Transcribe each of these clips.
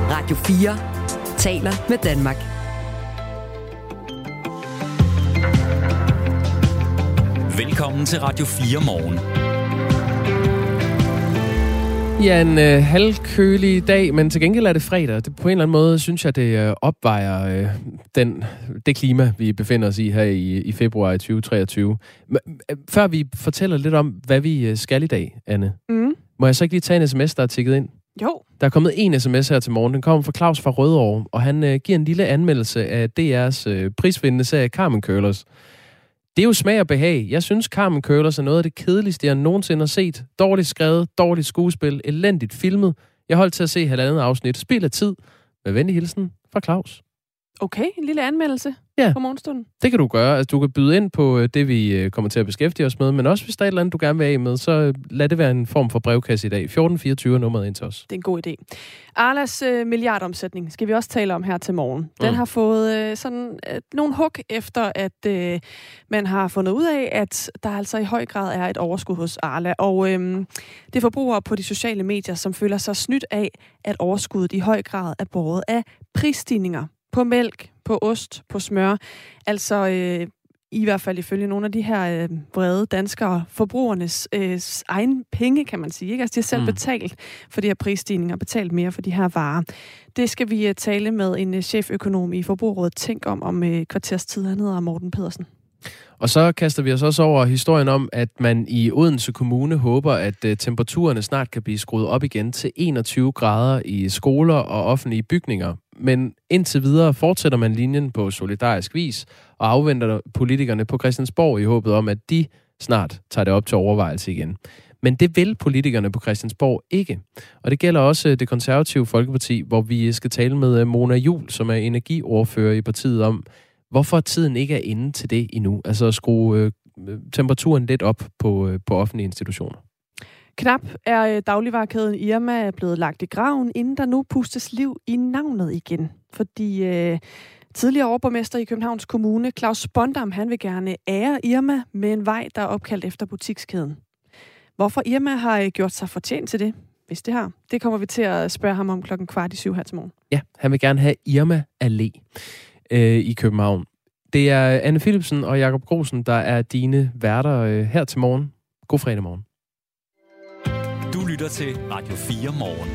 Radio 4 taler med Danmark. Velkommen til Radio 4 morgen. Ja, en halvkølig dag, men til gengæld er det fredag. Det, på en eller anden måde synes jeg, det opvejer det klima, vi befinder os i her i februar 2023. Før vi fortæller lidt om, hvad vi skal i dag, Anne, må jeg så ikke lige tage en sms, der er tikket ind? Jo. Der er kommet en sms her til morgen. Den kommer fra Claus fra Rødovre, og han giver en lille anmeldelse af DR's prisvindende serie Carmen Curlers. Det er jo smag og behag. Jeg synes, Carmen Curlers er noget af det kedeligste, jeg nogensinde har set. Dårligt skrevet, dårligt skuespil, elendigt filmet. Jeg holdt til at se 1,5 afsnit. Spild af tid. Med venlig hilsen fra Claus. Okay, en lille anmeldelse på morgenstunden. Det kan du gøre. Altså, du kan byde ind på det, vi kommer til at beskæftige os med, men også hvis der er et eller andet, du gerne vil af med, så lad det være en form for brevkasse i dag. 1424 nummeret ind til os. Det er en god idé. Arlas milliardomsætning skal vi også tale om her til morgen. Den har fået nogle hug efter, at man har fundet ud af, at der altså i høj grad er et overskud hos Arla. Og det er forbrugere på de sociale medier, som føler sig snydt af, at overskuddet i høj grad er båret af prisstigninger. På mælk, på ost, på smør. Altså i hvert fald ifølge nogle af de her vrede danskere, forbrugernes egen penge, kan man sige. Ikke? Altså de har selv betalt for de her prisstigninger, betalt mere for de her varer. Det skal vi tale med en cheføkonom i Forbrugerrådet Tænk om et kvarters tid. Han hedder Morten Pedersen. Og så kaster vi os også over historien om, at man i Odense Kommune håber, at temperaturerne snart kan blive skruet op igen til 21 grader i skoler og offentlige bygninger. Men indtil videre fortsætter man linjen på solidarisk vis og afventer politikerne på Christiansborg i håbet om, at de snart tager det op til overvejelse igen. Men det vil politikerne på Christiansborg ikke. Og det gælder også Det Konservative Folkeparti, hvor vi skal tale med Mona Juul, som er energiordfører i partiet, om hvorfor tiden ikke er inde til det endnu. Altså at skrue temperaturen lidt op på offentlige institutioner. Knap er dagligvarekæden Irma blevet lagt i graven, inden der nu pustes liv i navnet igen. Fordi tidligere overborgmester i Københavns Kommune, Claus Bondam, han vil gerne ære Irma med en vej, der er opkaldt efter butikskæden. Hvorfor Irma har gjort sig fortjent til det, hvis det har, det kommer vi til at spørge ham om 6:15 her til morgen. Ja, han vil gerne have Irma Allé i København. Det er Anne Philipsen og Jakob Grosen, der er dine værter her til morgen. God fredag morgen. Du lytter til Radio 4 morgen.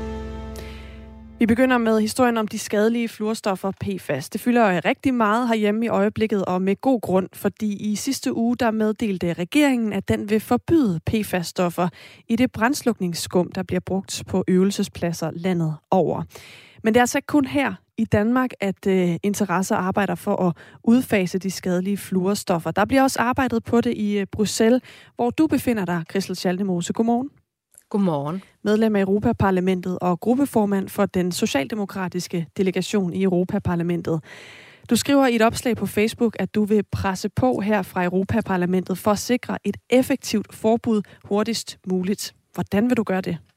Vi begynder med historien om de skadelige fluorstoffer PFAS. Det fylder rigtig meget herhjemme i øjeblikket, og med god grund, fordi i sidste uge der meddelte regeringen, at den vil forbyde PFAS-stoffer i det brandslukningsskum, der bliver brugt på øvelsespladser landet over. Men det er altså ikke kun her i Danmark, at interesser arbejder for at udfase de skadelige fluorstoffer. Der bliver også arbejdet på det i Bruxelles, hvor du befinder dig, Christel Schaldemose. Godmorgen. Godmorgen. Medlem af Europaparlamentet og gruppeformand for den socialdemokratiske delegation i Europaparlamentet. Du skriver i et opslag på Facebook, at du vil presse på her fra Europaparlamentet for at sikre et effektivt forbud hurtigst muligt. Hvordan vil du gøre det?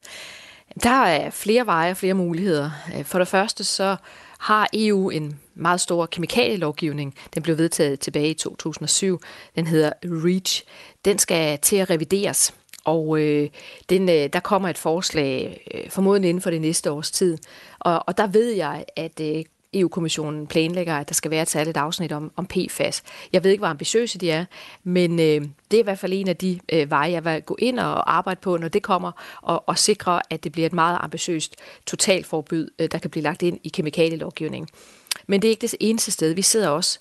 Der er flere veje og flere muligheder. For det første så har EU en meget stor kemikalielovgivning. Den blev vedtaget tilbage i 2007. Den hedder REACH. Den skal til at revideres. Og der kommer et forslag formodentlig inden for det næste års tid. Og der ved jeg, at EU-kommissionen planlægger, at der skal være et særligt afsnit om PFAS. Jeg ved ikke, hvor ambitiøse de er, men det er i hvert fald en af de veje, jeg vil gå ind og arbejde på, når det kommer, og sikre, at det bliver et meget ambitiøst totalforbud, der kan blive lagt ind i kemikalielovgivningen. Men det er ikke det eneste sted. Vi sidder også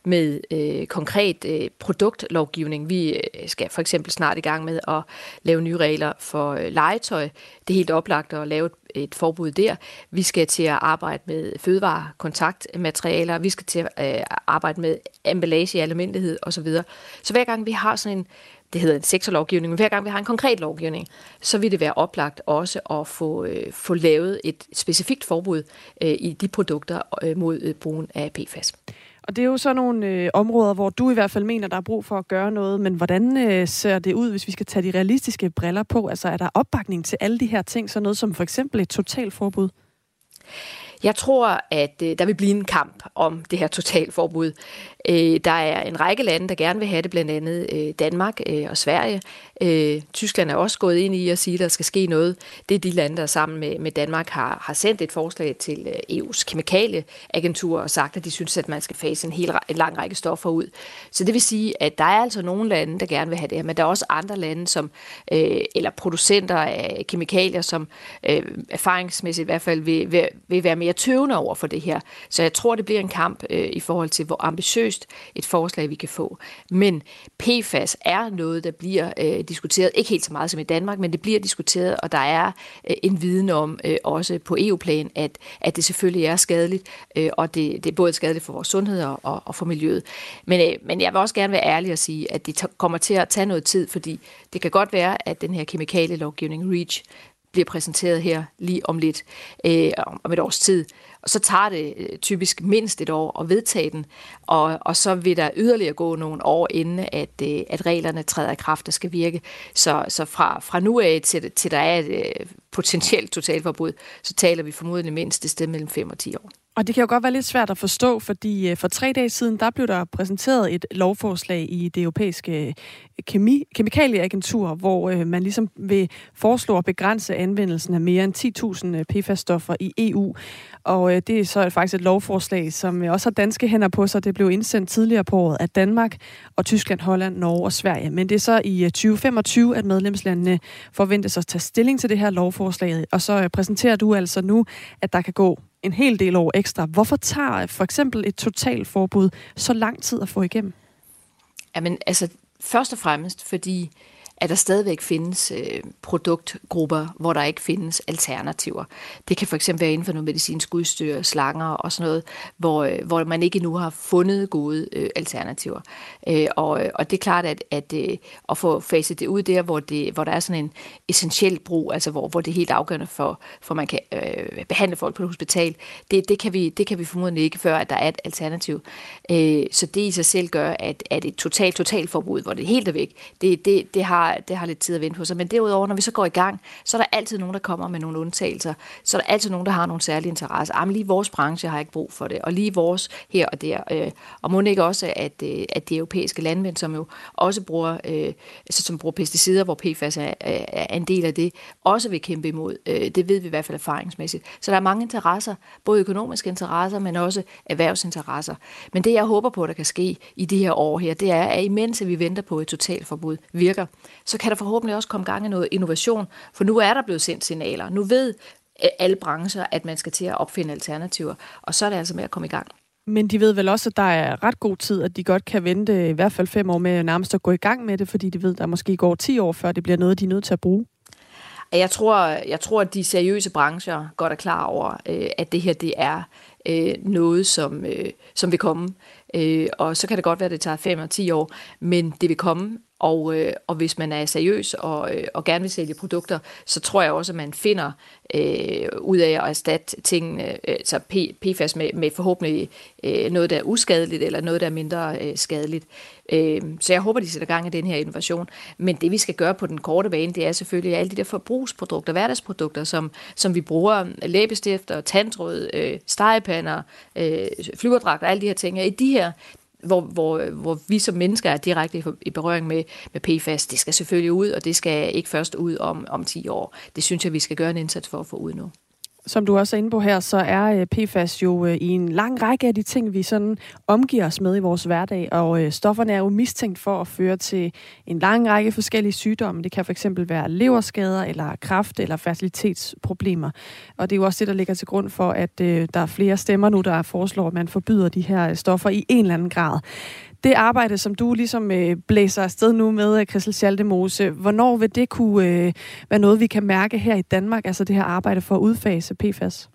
med konkret produktlovgivning. Vi skal for eksempel snart i gang med at lave nye regler for legetøj. Det er helt oplagt at lave et forbud der. Vi skal til at arbejde med fødevarekontaktmaterialer. Vi skal til at arbejde med emballage i almindelighed osv. Så hver gang vi har sådan en, det hedder en sektorlovgivning, men hver gang vi har en konkret lovgivning, så vil det være oplagt også at få lavet et specifikt forbud i de produkter mod brugen af PFAS. Og det er jo så nogle områder, hvor du i hvert fald mener, der er brug for at gøre noget, men hvordan ser det ud, hvis vi skal tage de realistiske briller på? Altså er der opbakning til alle de her ting, så noget som for eksempel et totalforbud? Jeg tror, at der vil blive en kamp om det her totalforbud. Der er en række lande, der gerne vil have det, blandt andet Danmark og Sverige. Tyskland er også gået ind i at sige, at der skal ske noget. Det er de lande, der sammen med Danmark har sendt et forslag til EU's kemikalieagentur og sagt, at de synes, at man skal fase en lang række stoffer ud. Så det vil sige, at der er altså nogle lande, der gerne vil have det her, men der er også andre lande, som, eller producenter af kemikalier, som erfaringsmæssigt i hvert fald vil være mere tøvende over for det her. Så jeg tror, det bliver en kamp i forhold til, hvor ambitiøst et forslag vi kan få. Men PFAS er noget, der bliver diskuteret, ikke helt så meget som i Danmark, men det bliver diskuteret, og der er en viden om, også på EU-plan, at det selvfølgelig er skadeligt, og det er både skadeligt for vores sundhed og for miljøet. Men jeg vil også gerne være ærlig og sige, at det kommer til at tage noget tid, fordi det kan godt være, at den her kemikalielovgivning REACH bliver præsenteret her lige om lidt, om et års tid. Og så tager det typisk mindst et år at vedtage den, og så vil der yderligere gå nogle år, inden at reglerne træder i kraft og skal virke. Så fra nu af til der er et potentielt totalforbud, så taler vi formodentlig mindst et sted mellem 5 og 10 år. Og det kan jo godt være lidt svært at forstå, fordi for 3 dage siden, der blev der præsenteret et lovforslag i det europæiske kemikalieagentur, hvor man ligesom vil foreslå at begrænse anvendelsen af mere end 10.000 PFAS-stoffer i EU. Og det er så faktisk et lovforslag, som også har danske hænder på sig. Det blev indsendt tidligere på året af Danmark og Tyskland, Holland, Norge og Sverige. Men det er så i 2025, at medlemslandene forventes at tage stilling til det her lovforslag. Og så præsenterer du altså nu, at der kan gå en hel del år ekstra. Hvorfor tager for eksempel et totalforbud så lang tid at få igennem? Jamen, altså først og fremmest, fordi at der stadigvæk findes produktgrupper, hvor der ikke findes alternativer. Det kan for eksempel være inden for noget medicinsk udstyr, slanger og sådan noget, hvor man ikke endnu har fundet gode alternativer. Og det er klart, at få faset det ud der, hvor der er sådan en essentiel brug, altså hvor det er helt afgørende for man kan behandle folk på et hospital, det kan vi formodentlig ikke, før at der er et alternativ. Så det i sig selv gør, at et totalforbud, hvor det helt er væk, det har lidt tid at vente på sig. Men derudover, når vi så går i gang, så er der altid nogen, der kommer med nogle undtagelser. Så er der altid nogen, der har nogle særlige interesser. Jamen, lige vores branche har ikke brug for det, og lige vores her og der. Og må ikke også, at de europæiske landmænd, som jo også bruger, som bruger pesticider, hvor PFAS er en del af det, også vil kæmpe imod. Det ved vi i hvert fald erfaringsmæssigt. Så der er mange interesser, både økonomiske interesser, men også erhvervsinteresser. Men det, jeg håber på, der kan ske i de her år her, det er, at imens vi venter på et totalforbud virker, så kan der forhåbentlig også komme gang i noget innovation, for nu er der blevet sendt signaler. Nu ved alle brancher, at man skal til at opfinde alternativer, og så er det altså med at komme i gang. Men de ved vel også, at der er ret god tid, at de godt kan vente i hvert fald 5 år med nærmest at gå i gang med det, fordi de ved, at der måske går 10 år, før det bliver noget, de er nødt til at bruge. Jeg tror, at de seriøse brancher godt er klar over, at det her det er noget, som vil komme. Og så kan det godt være, at det tager 5 og 10 år, men det vil komme. Og hvis man er seriøs og gerne vil sælge produkter, så tror jeg også, at man finder ud af at erstatte tingene, så PFAS med forhåbentlig noget, der er uskadeligt, eller noget, der er mindre skadeligt. Så jeg håber, de sætter gang i den her innovation. Men det, vi skal gøre på den korte bane, det er selvfølgelig alle de der forbrugsprodukter, hverdagsprodukter, som vi bruger, læbestifter, tandtråd, stegepander, flyverdragter, alle de her ting. I de her hvor vi som mennesker er direkte i berøring med PFAS, det skal selvfølgelig ud, og det skal ikke først ud om 10 år. Det synes jeg, vi skal gøre en indsats for at få ud nu. Som du også er inde på her, så er PFAS jo i en lang række af de ting, vi sådan omgiver os med i vores hverdag, og stofferne er jo mistænkt for at føre til en lang række forskellige sygdomme. Det kan for eksempel være leverskader, eller kræft, eller fertilitetsproblemer. Og det er jo også det, der ligger til grund for, at der er flere stemmer nu, der foreslår, at man forbyder de her stoffer i en eller anden grad. Det arbejde, som du ligesom blæser afsted nu med, Christel Schaldemose, hvornår vil det kunne være noget, vi kan mærke her i Danmark, altså det her arbejde for at udfase PFAS?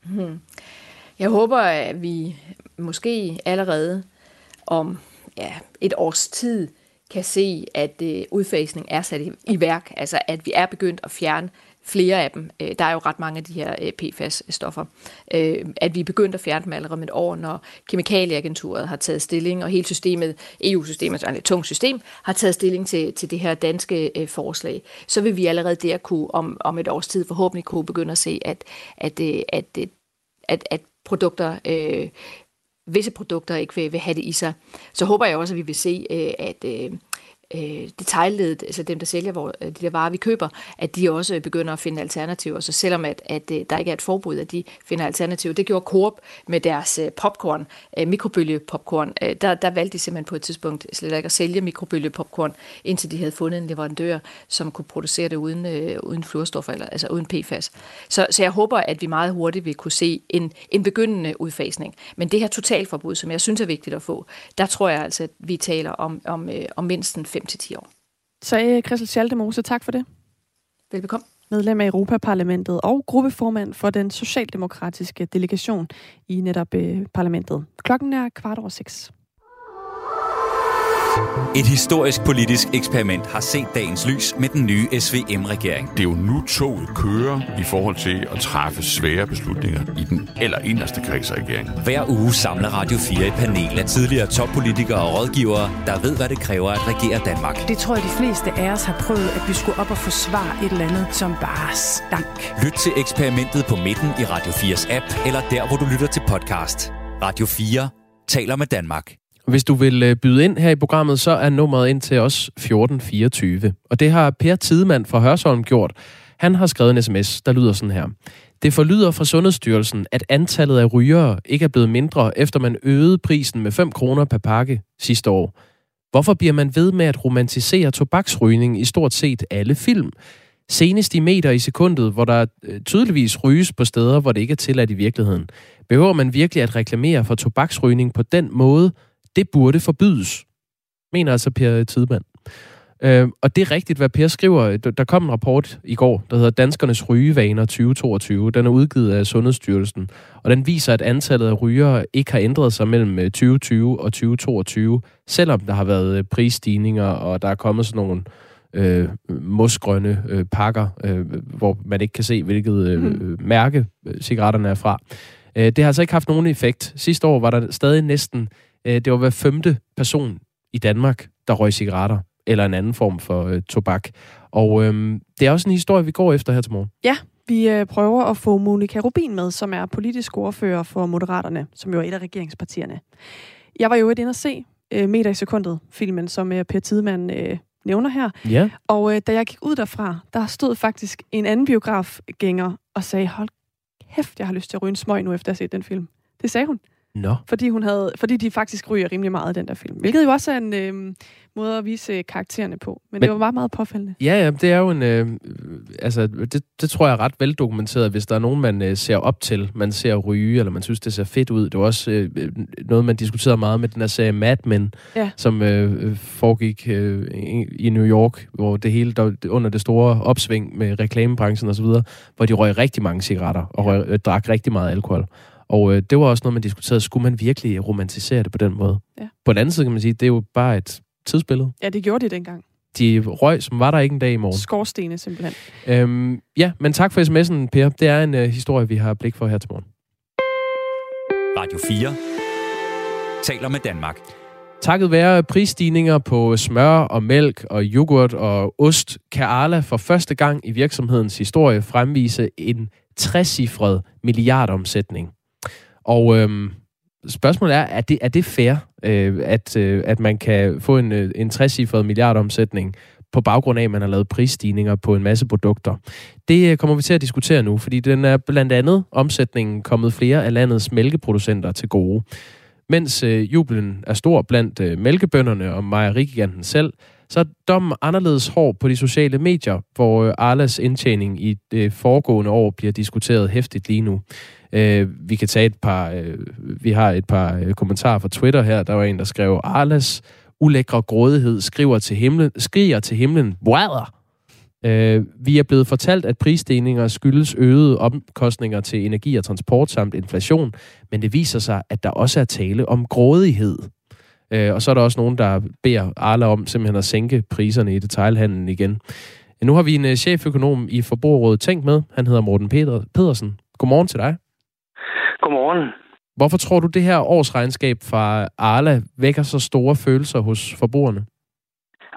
Jeg håber, at vi måske allerede om et års tid kan se, at udfasning er sat i værk, altså at vi er begyndt at fjerne flere af dem. Der er jo ret mange af de her PFAS-stoffer. At vi er begyndt at fjerne dem allerede om et år, når Kemikalieagenturet har taget stilling, og hele systemet, EU-systemet, altså et tungt system, har taget stilling til det her danske forslag. Så vil vi allerede der kunne om et års tid forhåbentlig kunne begynde at se, at produkter, visse produkter ikke vil have det i sig. Så håber jeg også, at vi vil se, at detailledet, altså dem, der sælger de der varer, vi køber, at de også begynder at finde alternativer. Så selvom at der ikke er et forbud, at de finder alternativer. Det gjorde Coop med deres popcorn, mikrobølgepopcorn. Der valgte de simpelthen på et tidspunkt slet ikke at sælge mikrobølgepopcorn, indtil de havde fundet en leverandør, som kunne producere det uden fluorstoffer, altså uden PFAS. Så jeg håber, at vi meget hurtigt vil kunne se en begyndende udfasning. Men det her totalforbud, som jeg synes er vigtigt at få, der tror jeg altså, at vi taler om mindst 5-10 år. Så Christel Schaldemose, tak for det. Velbekomme. Medlem af Europaparlamentet og gruppeformand for den socialdemokratiske delegation i netop parlamentet. Klokken er 5:15. Et historisk politisk eksperiment har set dagens lys med den nye SVM-regering. Det er jo nu toget kører i forhold til at træffe svære beslutninger i den allerinderste kreds af regeringen. Hver uge samler Radio 4 et panel af tidligere toppolitikere og rådgivere, der ved, hvad det kræver at regere Danmark. Det tror jeg, de fleste af os har prøvet, at vi skulle op og forsvare et eller andet, som bare stank. Lyt til eksperimentet på midten i Radio 4's app, eller der, hvor du lytter til podcast. Radio 4 taler med Danmark. Hvis du vil byde ind her i programmet, så er nummeret ind til os 1424. Og det har Per Tidemand fra Hørsholm gjort. Han har skrevet en sms, der lyder sådan her. Det forlyder fra Sundhedsstyrelsen, at antallet af rygere ikke er blevet mindre, efter man øgede prisen med 5 kroner per pakke sidste år. Hvorfor bliver man ved med at romantisere tobaksrygning i stort set alle film? Senest i meter i sekundet, hvor der tydeligvis ryges på steder, hvor det ikke er tilladt i virkeligheden. Behøver man virkelig at reklamere for tobaksrygning på den måde? Det burde forbydes, mener altså Per Tidemand. Og det er rigtigt, hvad Per skriver. Der kom en rapport i går, der hedder Danskernes rygevaner 2022. Den er udgivet af Sundhedsstyrelsen, og den viser, at antallet af rygere ikke har ændret sig mellem 2020 og 2022, selvom der har været prisstigninger, og der er kommet sådan nogle mosgrønne pakker, hvor man ikke kan se, hvilket mærke cigaretterne er fra. Det har altså ikke haft nogen effekt. Sidste år var der stadig næsten det var hver 5. person i Danmark, der røg cigaretter eller en anden form for tobak. Og det er også en historie, vi går efter her til morgen. Ja, vi prøver at få Monika Rubin med, som er politisk ordfører for Moderaterne, som jo er et af regeringspartierne. Jeg var jo inde at se Meter i sekundet, filmen, som Per Tidemand nævner her. Ja. Og da jeg gik ud derfra, der stod faktisk en anden biografgænger og sagde, hold kæft, jeg har lyst til at ryge en smøg nu, efter at have set den film. Det sagde hun. No. Fordi de faktisk ryger rimelig meget i den der film. Hvilket jo også er en måde at vise karaktererne på. Men det var meget, meget påfældende. Ja, det er jo en... det tror jeg er ret veldokumenteret, hvis der er nogen, man ser op til. Man ser ryge, eller man synes, det ser fedt ud. Det var også noget, man diskuterede meget med den her serie Mad Men, som foregik i New York, hvor det hele under det store opsving med reklamebranchen osv., hvor de røg rigtig mange cigaretter og drak rigtig meget alkohol. Og det var også noget, man diskuterede. Skulle man virkelig romantisere det på den måde? Ja. På den anden side kan man sige, det er jo bare et tidsbillede. Ja, det gjorde de dengang. De røg, som var der ikke en dag i morgen. Skorstene, simpelthen. Ja, men tak for sms'en, Per. Det er en historie, vi har blik for her til morgen. Radio 4 taler med Danmark. Takket være prisstigninger på smør og mælk og yoghurt og ost, kan Arla for første gang i virksomhedens historie fremvise en 3-cifret milliardomsætning. Og spørgsmålet er det fair, at man kan få en 3-cifret milliardomsætning på baggrund af, at man har lavet prisstigninger på en masse produkter? Det kommer vi til at diskutere nu, fordi den er blandt andet omsætningen kommet flere af landets mælkeproducenter til gode. Mens jublen er stor blandt mælkebønderne og mejerigiganten selv, så er dommen anderledes hård på de sociale medier, hvor Arlas indtjening i det foregående år bliver diskuteret hæftigt lige nu. Vi kan tage vi har et par kommentarer fra Twitter her. Der var en, der skrev, Arlas ulækre grådighed skriger til himlen. Brædder! Vi er blevet fortalt, at prisstigninger skyldes øgede omkostninger til energi og transport samt inflation, men det viser sig, at der også er tale om grådighed. Og så er der også nogen, der beder Arla om simpelthen at sænke priserne i detailhandlen igen. Nu har vi en cheføkonom i Forbrugerrådet Tænk med. Han hedder Morten Pedersen. Godmorgen til dig. Godmorgen. Hvorfor tror du, det her årsregnskab fra Arla vækker så store følelser hos forbrugerne?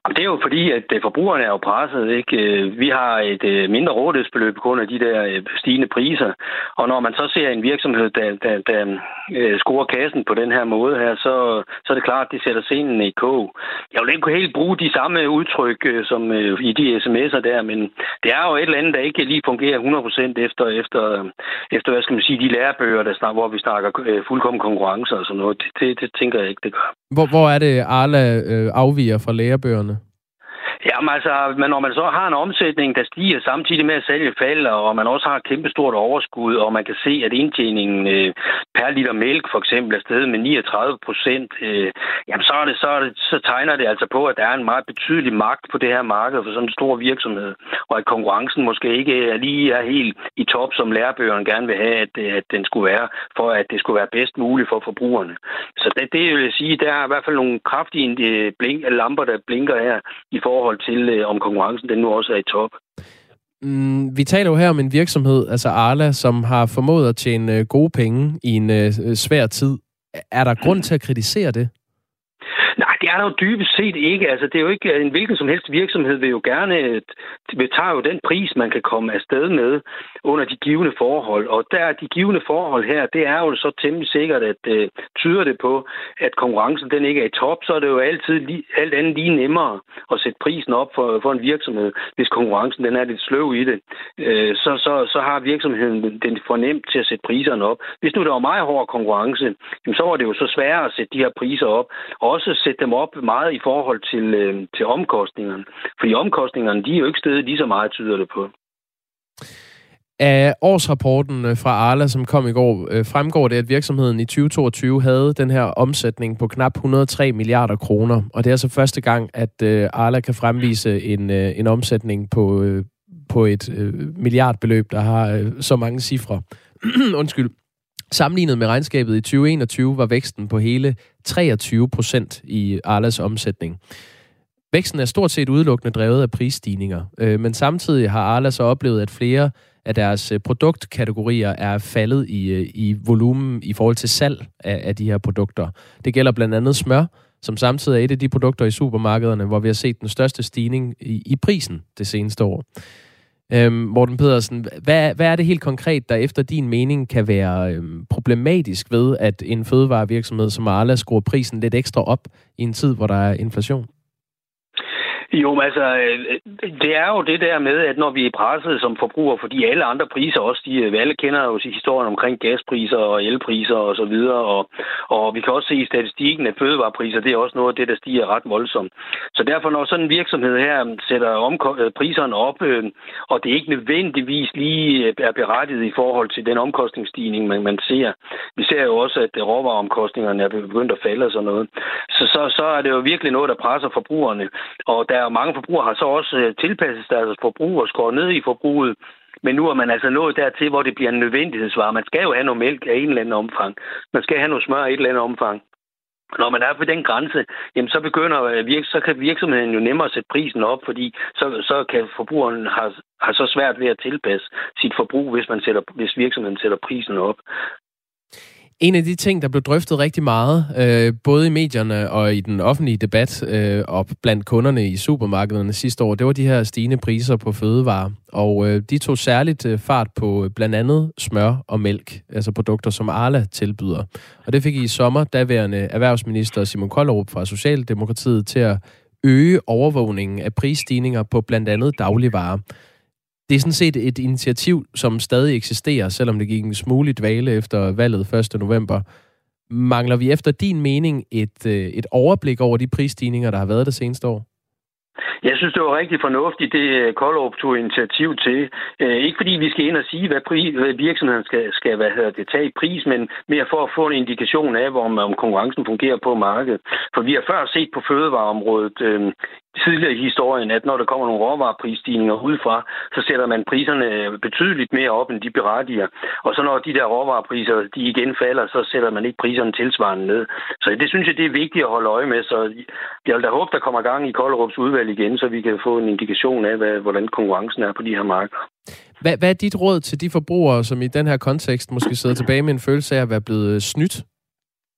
Det er jo fordi, at forbrugerne er jo presset, ikke? Vi har et mindre rådighedsbeløb på grund af de der stigende priser. Og når man så ser en virksomhed, der scorer kassen på den her måde her, så er det klart, at det sætter scenen i kog. Jeg vil ikke helt bruge de samme udtryk som i de sms'er der, men det er jo et eller andet, der ikke lige fungerer 100% efter hvad skal man sige, de lærebøger, hvor vi snakker fuldkommen konkurrencer og sådan noget. Det tænker jeg ikke, det gør. Hvor er det, Arla afviger fra lærebøgerne? Jamen altså, når man så har en omsætning, der stiger samtidig med at salget falder, og man også har et kæmpestort overskud, og man kan se, at indtjeningen per liter mælk for eksempel er steget med 39%, jamen så tegner det altså på, at der er en meget betydelig magt på det her marked for sådan en stor virksomhed, og at konkurrencen måske ikke lige er helt i top, som lærebøgerne gerne vil have, at den skulle være, for at det skulle være bedst muligt for forbrugerne. Så det vil jeg sige, der er i hvert fald nogle kraftige lamper, der blinker her i forhold til, om konkurrencen den nu også er i top. Vi taler jo her om en virksomhed, altså Arla, som har formået at tjene gode penge i en svær tid. Er der grund til at kritisere det? Nej, det er der jo dybest set ikke. Altså, det er jo ikke en hvilken som helst virksomhed vil jo gerne tager jo den pris, man kan komme afsted med under de givne forhold. Og der de givne forhold her, det er jo så temmelig sikkert, at tyder det på, at konkurrencen den ikke er i top, så er det jo altid alt andet lige nemmere at sætte prisen op for en virksomhed. Hvis konkurrencen den er lidt sløv i det, så har virksomheden den fornemt til at sætte priserne op. Hvis nu der var meget hård konkurrence, så var det jo så sværere at sætte de her priser op, og også sætte dem op meget i forhold til omkostningerne. Fordi omkostningerne, de er jo ikke steget lige så meget, tyder det på. Af årsrapporten fra Arla, som kom i går, fremgår det, at virksomheden i 2022 havde den her omsætning på knap 103 milliarder kroner. Og det er så første gang, at Arla kan fremvise en omsætning på et milliardbeløb, der har så mange cifre. Undskyld. Sammenlignet med regnskabet i 2021 var væksten på hele 23% i Arlas omsætning. Væksten er stort set udelukkende drevet af prisstigninger, men samtidig har Arla så oplevet, at flere af deres produktkategorier er faldet i volumen i forhold til salg af de her produkter. Det gælder blandt andet smør, som samtidig er et af de produkter i supermarkederne, hvor vi har set den største stigning i prisen det seneste år. Morten Pedersen, hvad er det helt konkret, der efter din mening kan være problematisk ved, at en fødevarevirksomhed som Arla skruer prisen lidt ekstra op i en tid, hvor der er inflation? Jo, altså, det er jo det der med, at når vi er presset som forbruger, fordi alle andre priser også stiger, vi alle kender jo historien omkring gaspriser og elpriser og så videre, og vi kan også se i statistikken, at fødevarepriser, det er også noget af det, der stiger ret voldsomt. Så derfor, når sådan en virksomhed her sætter priserne op, og det ikke nødvendigvis lige er berettiget i forhold til den omkostningsstigning, man ser. Vi ser jo også, at råvareomkostningerne er begyndt at falde og sådan noget. Så er det jo virkelig noget, der presser forbrugerne, og der mange forbrugere har så også tilpasset deres forbrug og skåret ned i forbruget. Men nu er man altså nået dertil, hvor det bliver en nødvendighedsvare. Man skal jo have noget mælk af en eller anden omfang. Man skal have noget smør af et eller andet omfang. Når man er på den grænse, jamen så kan virksomheden jo nemmere sætte prisen op, fordi så kan forbrugeren have så svært ved at tilpasse sit forbrug, hvis virksomheden sætter prisen op. En af de ting, der blev drøftet rigtig meget, både i medierne og i den offentlige debat og blandt kunderne i supermarkederne sidste år, det var de her stigende priser på fødevarer. Og de tog særligt fart på blandt andet smør og mælk, altså produkter, som Arla tilbyder. Og det fik i sommer daværende erhvervsminister Simon Kollerup fra Socialdemokratiet til at øge overvågningen af prisstigninger på blandt andet dagligvarer. Det er sådan set et initiativ, som stadig eksisterer, selvom det gik en smule i dvale efter valget 1. november. Mangler vi efter din mening et overblik over de prisstigninger, der har været det seneste år? Jeg synes, det var rigtig fornuftigt, det Kollerup tog initiativ til. Ikke fordi vi skal ind og sige, hvad virksomheden skal tage i pris, men mere for at få en indikation af, om konkurrencen fungerer på markedet. For vi har før set på fødevareområdet tidligere i historien, at når der kommer nogle råvareprisstigninger udefra, så sætter man priserne betydeligt mere op, end de berettiger. Og så når de der råvarepriser, de igen falder, så sætter man ikke priserne tilsvarende ned. Så det synes jeg, det er vigtigt at holde øje med. Så jeg vil da håbe, der kommer gang i Kollerups udvalg igen, så vi kan få en indikation af, hvordan konkurrencen er på de her markeder. Hvad er dit råd til de forbrugere, som i den her kontekst måske sidder tilbage med en følelse af at være blevet snydt?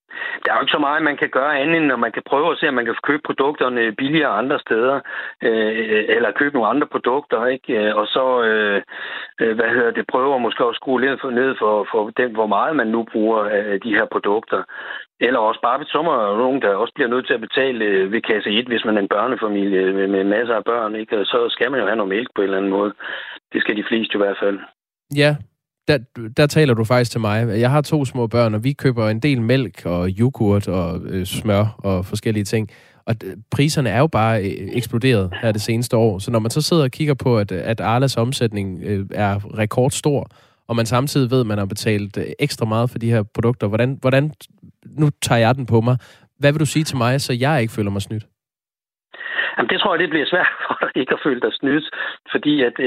Der er jo ikke så meget, man kan gøre andet, end når man kan prøve at se, om man kan købe produkterne billigere andre steder, eller købe nogle andre produkter, ikke? Og så, prøver måske at skrue lidt ned for den, hvor meget man nu bruger af de her produkter. Eller også bare, så er der nogen, der også bliver nødt til at betale ved kasse 1, hvis man er en børnefamilie med masser af børn, ikke? Og så skal man jo have noget mælk på en eller anden måde. Det skal de fleste i hvert fald. Ja, der taler du faktisk til mig. Jeg har 2 små børn, og vi køber en del mælk og yoghurt og smør og forskellige ting. Og priserne er jo bare eksploderet her det seneste år. Så når man så sidder og kigger på, at Arlas omsætning er rekordstor, og man samtidig ved, at man har betalt ekstra meget for de her produkter, hvordan nu tager jeg den på mig. Hvad vil du sige til mig, så jeg ikke føler mig snydt? Jamen, det tror jeg, det bliver svært for dig ikke at føle dig snydt, fordi at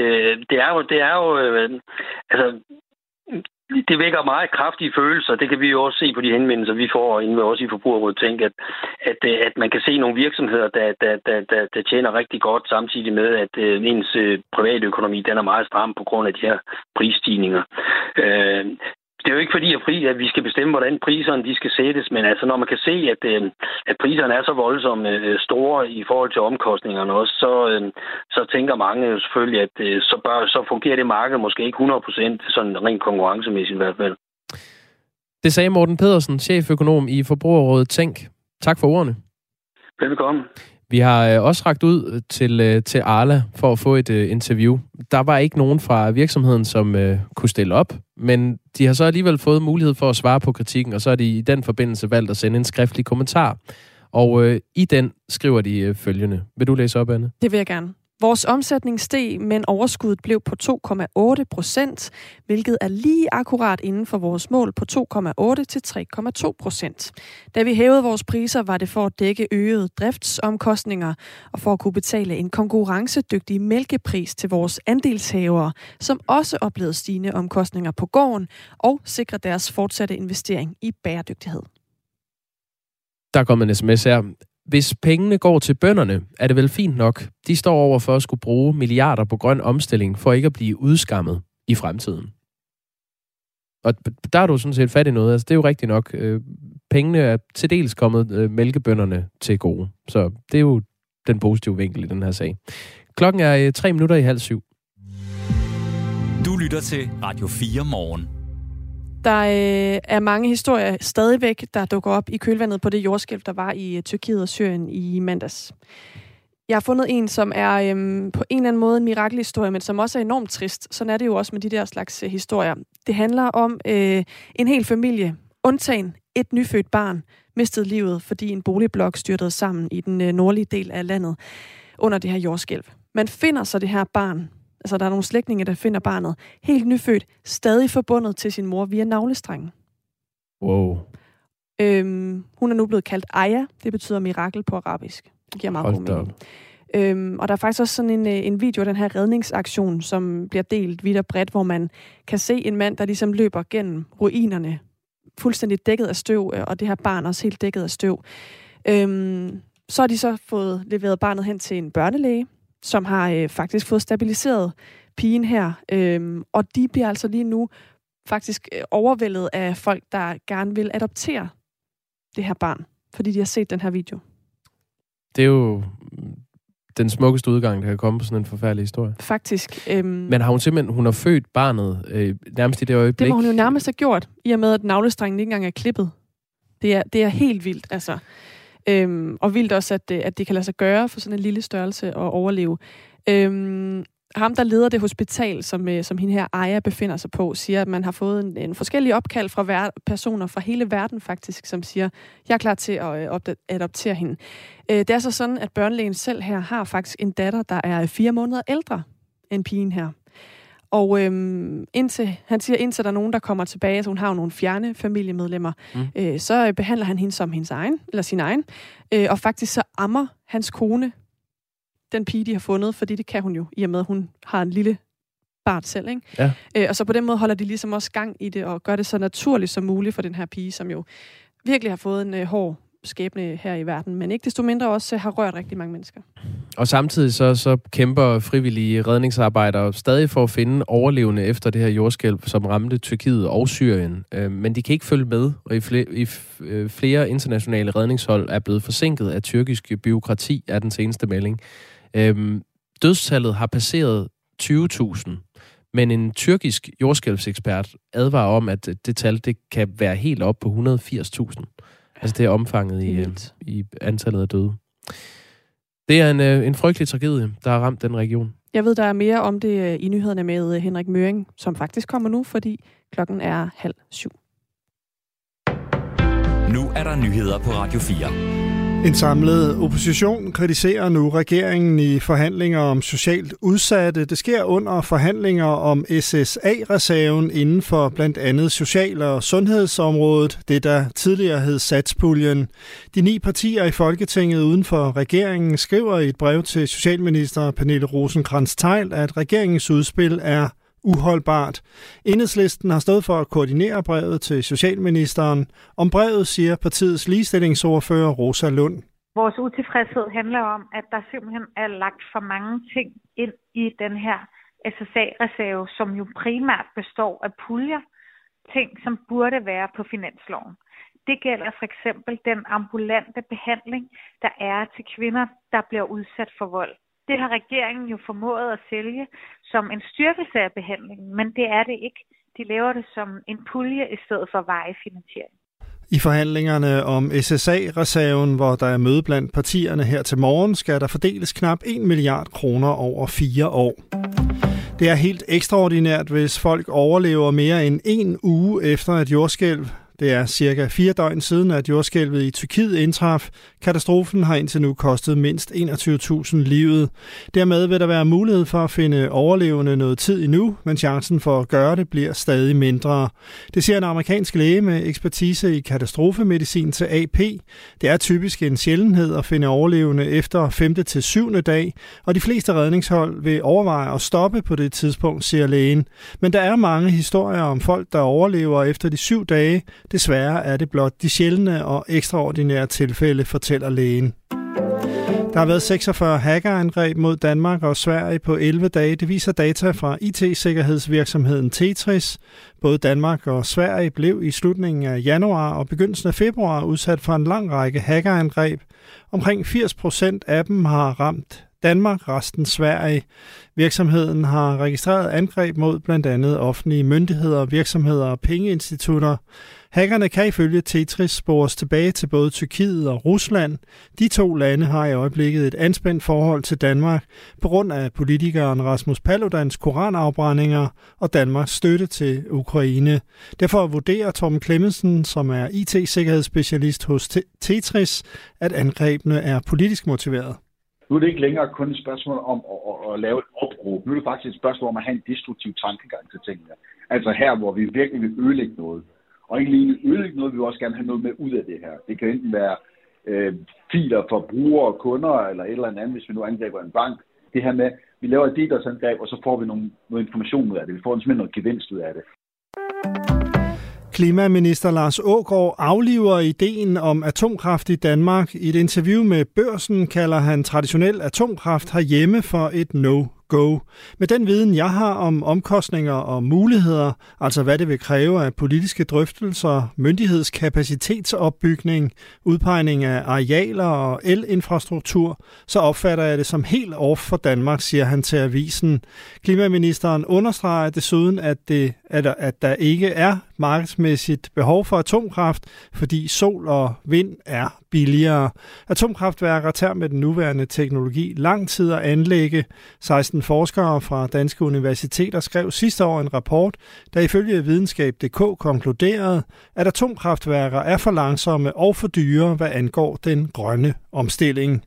det vækker meget kraftige følelser. Det kan vi jo også se på de henvendelser, vi får inde ved os i Forbrugerrådet Tænk, at man kan se nogle virksomheder, der tjener rigtig godt, samtidig med, at ens private økonomi, den er meget stram på grund af de her prisstigninger. Det er jo ikke fordi, at vi skal bestemme, hvordan priserne de skal sættes, men altså, når man kan se, at priserne er så voldsomt store i forhold til omkostningerne også, så tænker mange selvfølgelig, at så fungerer det marked måske ikke 100%, sådan rent konkurrencemæssigt i hvert fald. Det sagde Morten Pedersen, cheføkonom i Forbrugerrådet Tænk. Tak for ordene. Velkommen. Vi har også rakt ud til Arla for at få et interview. Der var ikke nogen fra virksomheden, som kunne stille op, men de har så alligevel fået mulighed for at svare på kritikken, og så har de i den forbindelse valgt at sende en skriftlig kommentar. Og i den skriver de følgende. Vil du læse op, Anne? Det vil jeg gerne. Vores omsætning steg, men overskuddet blev på 2,8%, hvilket er lige akkurat inden for vores mål på 2,8 til 3,2%. Da vi hævede vores priser, var det for at dække øgede driftsomkostninger og for at kunne betale en konkurrencedygtig mælkepris til vores andelshavere, som også oplevede stigende omkostninger på gården og sikre deres fortsatte investering i bæredygtighed. Der kommer en sms her. Hvis pengene går til bønderne, er det vel fint nok. De står over for at skulle bruge milliarder på grøn omstilling, for ikke at blive udskammet i fremtiden. Og der er du sådan set fat i noget. Altså, det er jo rigtigt nok. Pengene er til dels kommet mælkebønderne til gode. Så det er jo den positive vinkel i den her sag. Klokken er 6:03. Du lytter til Radio 4 morgen. Der er mange historier stadigvæk, der dukker op i kølvandet på det jordskælv, der var i Tyrkiet og Syrien i mandags. Jeg har fundet en, som er på en eller anden måde en mirakelhistorie, men som også er enormt trist. Sådan er det jo også med de der slags historier. Det handler om en hel familie, undtagen et nyfødt barn, mistede livet, fordi en boligblok styrtede sammen i den nordlige del af landet under det her jordskælv. Man finder så det her barn. Altså, der er nogle slægtninge, der finder barnet helt nyfødt, stadig forbundet til sin mor via navlestrengen. Wow. Hun er nu blevet kaldt Aya. Det betyder mirakel på arabisk. Det giver meget god mening. Og der er faktisk også sådan en video af den her redningsaktion, som bliver delt vidt og bredt, hvor man kan se en mand, der ligesom løber gennem ruinerne, fuldstændig dækket af støv, og det her barn også helt dækket af støv. Så har de så fået leveret barnet hen til en børnelæge, som har faktisk fået stabiliseret pigen her. Og de bliver altså lige nu faktisk overvældet af folk, der gerne vil adoptere det her barn, fordi de har set den her video. Det er jo den smukkeste udgang, der kan komme på sådan en forfærdelig historie. Faktisk. Men har hun har født barnet nærmest i det øjeblik? Det må hun jo nærmest have gjort, i og med at navlestrengen ikke engang er klippet. Det er helt vildt, altså. Og vildt også, at det kan lade sig gøre for sådan en lille størrelse at overleve. Ham, der leder det hospital, som hende her Aya befinder sig på, siger, at man har fået en forskellig opkald fra personer fra hele verden faktisk, som siger, jeg er klar til at adoptere hende. Det er så sådan, at børnelægen selv her har faktisk en datter, der er 4 måneder ældre end pigen her. Og indtil der er nogen, der kommer tilbage, så hun har jo nogle fjerne familiemedlemmer, så behandler han hende som sin egen. Og faktisk så ammer hans kone den pige, de har fundet, fordi det kan hun jo, i og med, at hun har en lille barn selv, ikke? Ja. Og så på den måde holder de ligesom også gang i det, og gør det så naturligt som muligt for den her pige, som jo virkelig har fået en hård skæbne her i verden, men ikke desto mindre også har rørt rigtig mange mennesker. Og samtidig så kæmper frivillige redningsarbejdere stadig for at finde overlevende efter det her jordskælv, som ramte Tyrkiet og Syrien. Men de kan ikke følge med, og i flere internationale redningshold er blevet forsinket af tyrkisk bureaukrati, er den seneste melding. Dødstallet har passeret 20.000, men en tyrkisk jordskælvsekspert advarer om, at det tal det kan være helt op på 180.000. Altså det er omfanget i antallet af døde. Det er en frygtelig tragedie, der har ramt den region. Jeg ved, der er mere om det i nyhederne med Henrik Møring, som faktisk kommer nu, fordi klokken er 6:30. Nu er der nyheder på Radio 4. En samlet opposition kritiserer nu regeringen i forhandlinger om socialt udsatte. Det sker under forhandlinger om SSA-reserven inden for blandt andet social- og sundhedsområdet, det der tidligere hed satspuljen. De 9 partier i Folketinget uden for regeringen skriver i et brev til socialminister Pernille Rosenkrantz-Theil, at regeringens udspil er uholdbart. Enhedslisten har stået for at koordinere brevet til socialministeren. Om brevet siger partiets ligestillingsordfører Rosa Lund. Vores utilfredshed handler om, at der simpelthen er lagt for mange ting ind i den her SSA-reserve, som jo primært består af puljer, ting som burde være på finansloven. Det gælder for eksempel den ambulante behandling, der er til kvinder, der bliver udsat for vold. Det har regeringen jo formået at sælge som en styrkelse af behandlingen, men det er det ikke. De laver det som en pulje i stedet for varig finansiering. I forhandlingerne om SSA-reserven, hvor der er møde blandt partierne her til morgen, skal der fordeles knap 1 milliard kroner over 4 år. Det er helt ekstraordinært, hvis folk overlever mere end 1 uge efter et jordskælv. Det er cirka 4 døgn siden, at jordskælvet i Tyrkiet indtraf. Katastrofen har indtil nu kostet mindst 21.000 livet. Dermed vil der være mulighed for at finde overlevende noget tid endnu, men chancen for at gøre det bliver stadig mindre. Det siger en amerikansk læge med ekspertise i katastrofemedicin til AP. Det er typisk en sjældenhed at finde overlevende efter 5. til 7. dag, og de fleste redningshold vil overveje at stoppe på det tidspunkt, siger lægen. Men der er mange historier om folk, der overlever efter de 7 dage. Desværre er det blot de sjældne og ekstraordinære tilfælde, fortæller lægen. Der har været 46 hackerangreb mod Danmark og Sverige på 11 dage. Det viser data fra IT-sikkerhedsvirksomheden Tetris. Både Danmark og Sverige blev i slutningen af januar og begyndelsen af februar udsat for en lang række hackerangreb. Omkring 80% af dem har ramt Danmark, resten Sverige. Virksomheden har registreret angreb mod blandt andet offentlige myndigheder, virksomheder og pengeinstitutter. Hackerne kan ifølge Tetris spores tilbage til både Tyrkiet og Rusland. De 2 lande har i øjeblikket et anspændt forhold til Danmark på grund af politikeren Rasmus Paludans koranafbrændinger og Danmarks støtte til Ukraine. Derfor vurderer Torben Clemmensen, som er IT-sikkerhedsspecialist hos Tetris, at angrebene er politisk motiveret. Nu er det ikke længere kun et spørgsmål om at lave et opråb. Nu er det faktisk et spørgsmål om at have en destruktiv tankegang til tingene. Altså her, hvor vi virkelig vil ødelægge noget. Og ikke lige ødelægge noget, vi vil også gerne have noget med ud af det her. Det kan enten være filer for brugere og kunder, eller et eller andet, hvis vi nu angriber en bank. Det her med, vi laver et DDoS-angreb, og så får vi noget information ud af det. Vi får simpelthen noget gevinst ud af det. Klimaminister Lars Aagaard afliver ideen om atomkraft i Danmark. I et interview med Børsen kalder han traditionel atomkraft herhjemme for et no-go. Med den viden, jeg har om omkostninger og muligheder, altså hvad det vil kræve af politiske drøftelser, myndighedskapacitetsopbygning, udpegning af arealer og elinfrastruktur, så opfatter jeg det som helt off for Danmark, siger han til avisen. Klimaministeren understreger desuden, at der ikke er markedsmæssigt behov for atomkraft, fordi sol og vind er billigere. Atomkraftværker tager med den nuværende teknologi lang tid at anlægge. 16 forskere fra danske universiteter skrev sidste år en rapport, der ifølge videnskab.dk konkluderede, at atomkraftværker er for langsomme og for dyre, hvad angår den grønne omstilling.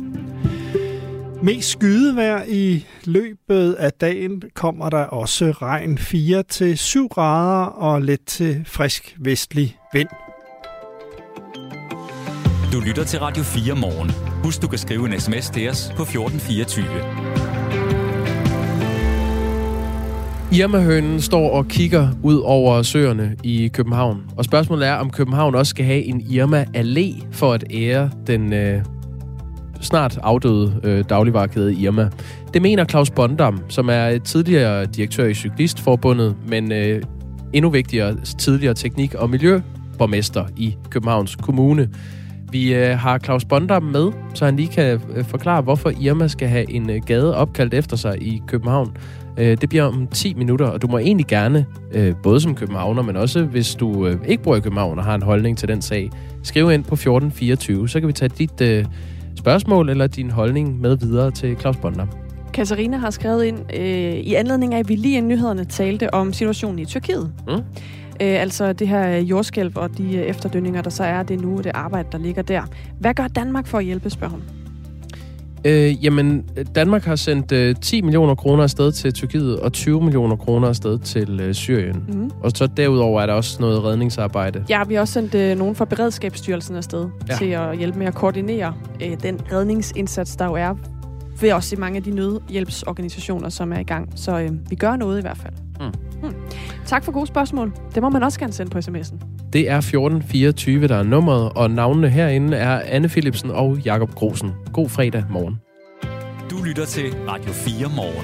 Mest skydevejr i løbet af dagen kommer der også regn 4-7 grader og let til frisk vestlig vind. Du lytter til Radio 4 morgen. Husk, du kan skrive en sms til os på 1424. Irma-hønen står og kigger ud over søerne i København. Og spørgsmålet er, om København også skal have en Irma-allé for at ære den snart afdøde dagligvarekæde Irma. Det mener Claus Bondam, som er tidligere direktør i Cyklistforbundet, men endnu vigtigere tidligere teknik- og miljøborgmester i Københavns Kommune. Vi har Claus Bondam med, så han lige kan forklare, hvorfor Irma skal have en gade opkaldt efter sig i København. Det bliver om 10 minutter, og du må egentlig gerne, både som københavner, men også hvis du ikke bor i København og har en holdning til den sag, skrive ind på 1424, så kan vi tage dit spørgsmål eller din holdning med videre til Claus Bondam. Katarina har skrevet ind i anledning af, at vi lige i nyhederne talte om situationen i Tyrkiet. Altså det her jordskælv og de efterdønninger, der så er det nu, det arbejde, der ligger der. Hvad gør Danmark for at hjælpe, spørger hun? Jamen, Danmark har sendt 10 millioner kroner afsted til Tyrkiet og 20 millioner kroner afsted til Syrien. Og så derudover er der også noget redningsarbejde. Ja, vi har også sendt nogen fra Beredskabsstyrelsen afsted til at hjælpe med at koordinere den redningsindsats, der jo er ved også i mange af de nødhjælpsorganisationer, som er i gang. Så vi gør noget i hvert fald. Tak for gode spørgsmål. Det må man også gerne sende på sms'en. Det er 1424, der er nummeret, og navnene herinde er Anne Philipsen og Jakob Grosen. God fredag morgen. Du lytter til Radio 4 morgen.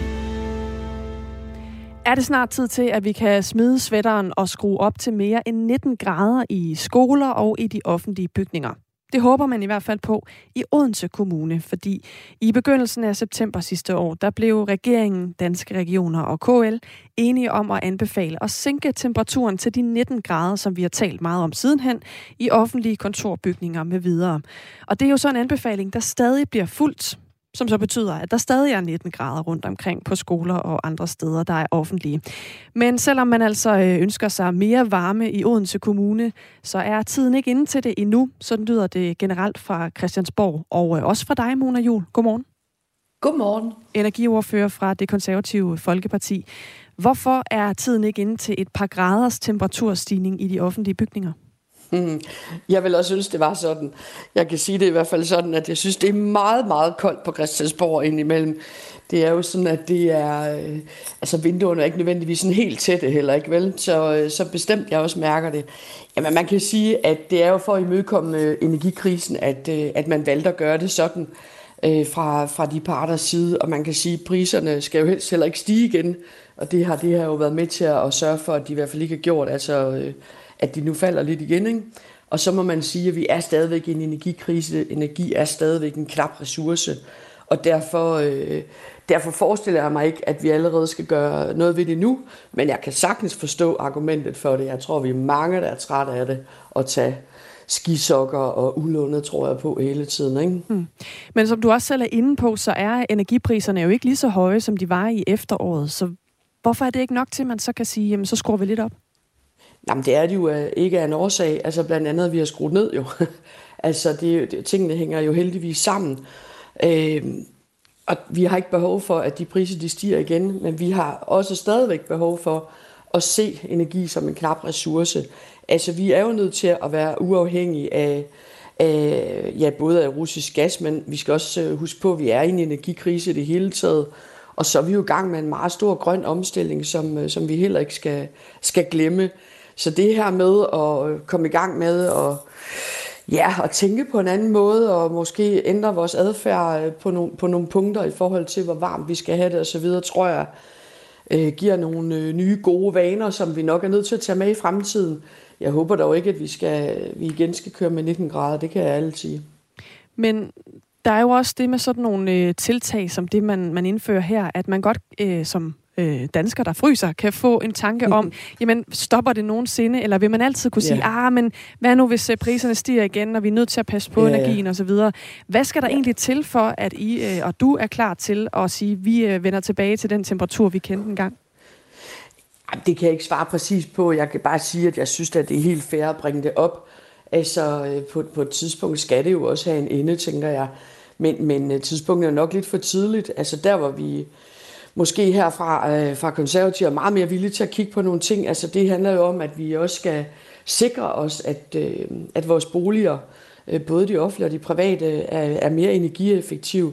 Er det snart tid til, at vi kan smide sweateren og skrue op til mere end 19 grader i skoler og i de offentlige bygninger? Det håber man i hvert fald på i Odense Kommune, fordi i begyndelsen af september sidste år, der blev regeringen, Danske Regioner og KL enige om at anbefale at sænke temperaturen til de 19 grader, som vi har talt meget om sidenhen, i offentlige kontorbygninger med videre. Og det er jo så en anbefaling, der stadig bliver fulgt, som så betyder, at der stadig er 19 grader rundt omkring på skoler og andre steder, der er offentlige. Men selvom man altså ønsker sig mere varme i Odense Kommune, så er tiden ikke inde til det endnu. Sådan lyder det generelt fra Christiansborg, og også fra dig, Mona Juul. Godmorgen. Godmorgen. Energiordfører fra Det Konservative Folkeparti. Hvorfor er tiden ikke inde til et par graders temperaturstigning i de offentlige bygninger? Jeg vil også synes, det var sådan. Jeg kan sige det i hvert fald sådan, at jeg synes, det er meget, meget koldt på Christiansborg indimellem. Det er jo sådan, at det er... altså vinduerne er ikke nødvendigvis sådan helt tætte heller, ikke vel? Så bestemt jeg også mærker det. Jamen man kan sige, at det er jo for at imødekomme energikrisen, at man valgte at gøre det sådan fra de parters side. Og man kan sige, at priserne skal jo helst heller ikke stige igen. Og det har jo været med til at sørge for, at de i hvert fald ikke har gjort, altså... at de nu falder lidt igen, ikke? Og så må man sige, at vi er stadigvæk i en energikrise. Energi er stadigvæk en knap ressource, og derfor forestiller jeg mig ikke, at vi allerede skal gøre noget ved det nu, men jeg kan sagtens forstå argumentet for det. Jeg tror, vi er mange, der er trætte af det, at tage skisokker og ulundet, tror jeg på, hele tiden, ikke? Men som du også selv er inde på, så er energipriserne jo ikke lige så høje, som de var i efteråret. Så hvorfor er det ikke nok til, at man så kan sige, jamen så skruer vi lidt op? Jamen, det er det jo ikke af en årsag. Altså blandt andet, at vi har skruet ned jo. Altså, tingene hænger jo heldigvis sammen. Og vi har ikke behov for, at de priser de stiger igen, men vi har også stadigvæk behov for at se energi som en knap ressource. Altså, vi er jo nødt til at være uafhængige af både af russisk gas, men vi skal også huske på, at vi er i en energikrise i det hele taget. Og så er vi jo i gang med en meget stor grøn omstilling, som vi heller ikke skal glemme. Så det her med at komme i gang med at tænke på en anden måde, og måske ændre vores adfærd på nogle punkter i forhold til, hvor varmt vi skal have det osv., tror jeg, giver nogle nye gode vaner, som vi nok er nødt til at tage med i fremtiden. Jeg håber dog ikke, at vi igen skal køre med 19 grader, det kan jeg altid sige. Men der er jo også det med sådan nogle tiltag, som det man indfører her, at man godt som dansker, der fryser, kan få en tanke om, jamen, stopper det nogensinde, eller vil man altid kunne sige, men hvad nu, hvis priserne stiger igen, og vi er nødt til at passe på energien osv. Hvad skal der egentlig til for, at I og du er klar til at sige, vi vender tilbage til den temperatur, vi kendte engang? Det kan jeg ikke svare præcis på. Jeg kan bare sige, at jeg synes, at det er helt fair at bringe det op. Altså, på et tidspunkt skal det jo også have en ende, tænker jeg. Men tidspunktet er nok lidt for tidligt. Altså, der hvor vi måske her fra konservative er meget mere villige til at kigge på nogle ting. Altså det handler jo om, at vi også skal sikre os, at vores boliger, både de offentlige og de private, er mere energieffektive.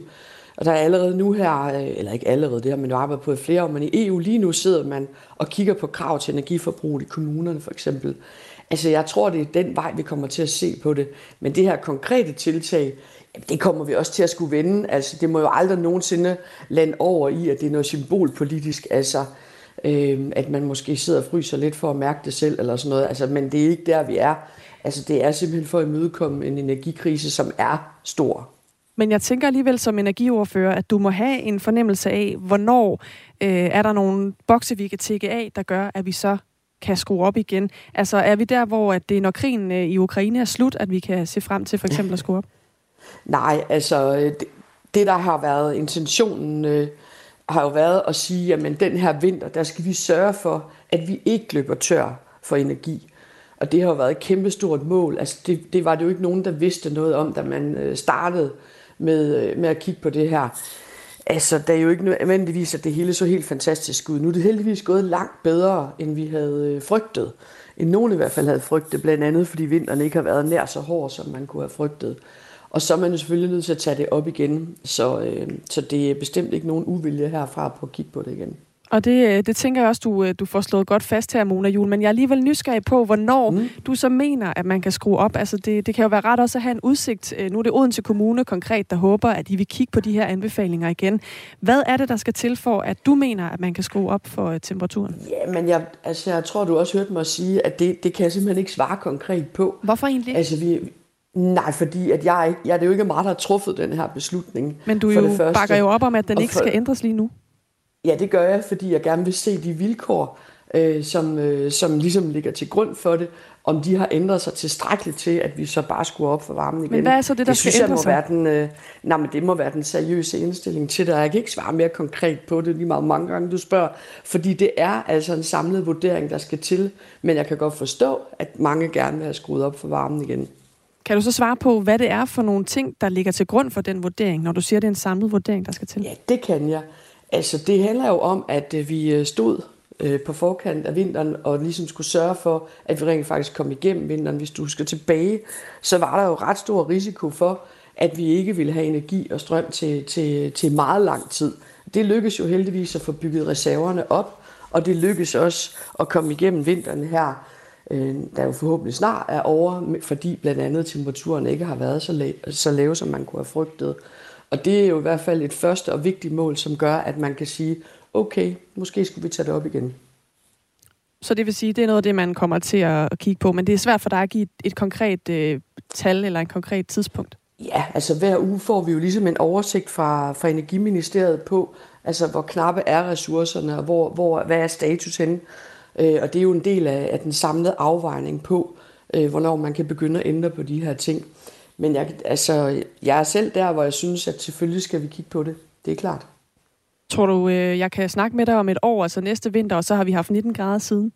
Og der er allerede nu her, eller ikke allerede, det har man jo arbejdet på i flere år, men i EU lige nu sidder man og kigger på krav til energiforbrug i kommunerne for eksempel. Altså jeg tror, det er den vej, vi kommer til at se på det. Men det her konkrete tiltag, det kommer vi også til at skulle vende. Altså det må jo aldrig nogensinde lande over i, at det er noget symbolpolitisk. Altså at man måske sidder og fryser lidt for at mærke det selv eller sådan noget. Altså, men det er ikke der, vi er. Altså det er simpelthen for at imødekomme en energikrise, som er stor. Men jeg tænker alligevel som energiordfører, at du må have en fornemmelse af, hvornår er der nogle bokse, vi kan tække af, der gør, at vi så kan skrue op igen. Altså er vi der, hvor at det, når krigen i Ukraine er slut, at vi kan se frem til for eksempel at skrue op? Nej, altså det der har været intentionen, har jo været at sige, jamen den her vinter, der skal vi sørge for, at vi ikke løber tør for energi. Og det har jo været et kæmpestort mål. Altså det var det jo ikke nogen, der vidste noget om, da man startede med at kigge på det her. Altså, der er jo ikke nødvendigvis, at det hele så helt fantastisk ud. Nu er det heldigvis gået langt bedre, end vi havde frygtet. End nogen i hvert fald havde frygtet, blandt andet fordi vinteren ikke har været nær så hård, som man kunne have frygtet. Og så er man jo selvfølgelig nødt til at tage det op igen. Så det er bestemt ikke nogen uvilje herfra på at kigge på det igen. Og det tænker jeg også, du får slået godt fast her, Mona Juul. Men jeg er alligevel nysgerrig på, hvornår du så mener, at man kan skrue op. Altså det kan jo være ret også at have en udsigt. Nu er det Odense Kommune konkret, der håber, at de vil kigge på de her anbefalinger igen. Hvad er det, der skal til for, at du mener, at man kan skrue op for temperaturen? Ja, men jeg tror, du også hørte mig sige, at det kan jeg simpelthen ikke svare konkret på. Hvorfor egentlig? Altså nej, fordi at det er jo ikke mig, der har truffet den her beslutning. Men du bakker jo op om, at den ikke skal ændres lige nu. Ja, det gør jeg, fordi jeg gerne vil se de vilkår, som ligesom ligger til grund for det, om de har ændret sig tilstrækkeligt til, at vi så bare skruer op for varmen igen. Men hvad er så det, der skal ændre sig? Men det må være den seriøse indstilling til det, og jeg kan ikke svare mere konkret på det, lige meget mange gange du spørger, fordi det er altså en samlet vurdering, der skal til, men jeg kan godt forstå, at mange gerne vil have skruet op for varmen igen. Kan du så svare på, hvad det er for nogle ting, der ligger til grund for den vurdering, når du siger, at det er en samlet vurdering, der skal til? Ja, det kan jeg. Altså, det handler jo om, at vi stod på forkant af vinteren, og ligesom skulle sørge for, at vi rent faktisk kom igennem vinteren. Hvis du skal tilbage, så var der jo ret stor risiko for, at vi ikke ville have energi og strøm til meget lang tid. Det lykkedes jo heldigvis at få bygget reserverne op, og det lykkedes også at komme igennem vinteren her, der jo forhåbentlig snart er over, fordi blandt andet temperaturen ikke har været så lave, som man kunne have frygtet. Og det er jo i hvert fald et første og vigtigt mål, som gør, at man kan sige, okay, måske skulle vi tage det op igen. Så det vil sige, det er noget af det, man kommer til at kigge på, men det er svært for dig at give et konkret tal eller en konkret tidspunkt? Ja, altså hver uge får vi jo ligesom en oversigt fra Energiministeriet på, altså hvor knappe er ressourcerne, og hvad er status henne. Og det er jo en del af den samlede afvejning på, hvornår man kan begynde at ændre på de her ting. Men jeg er selv der, hvor jeg synes, at selvfølgelig skal vi kigge på det. Det er klart. Tror du, jeg kan snakke med dig om et år, altså næste vinter, og så har vi haft 19 grader siden?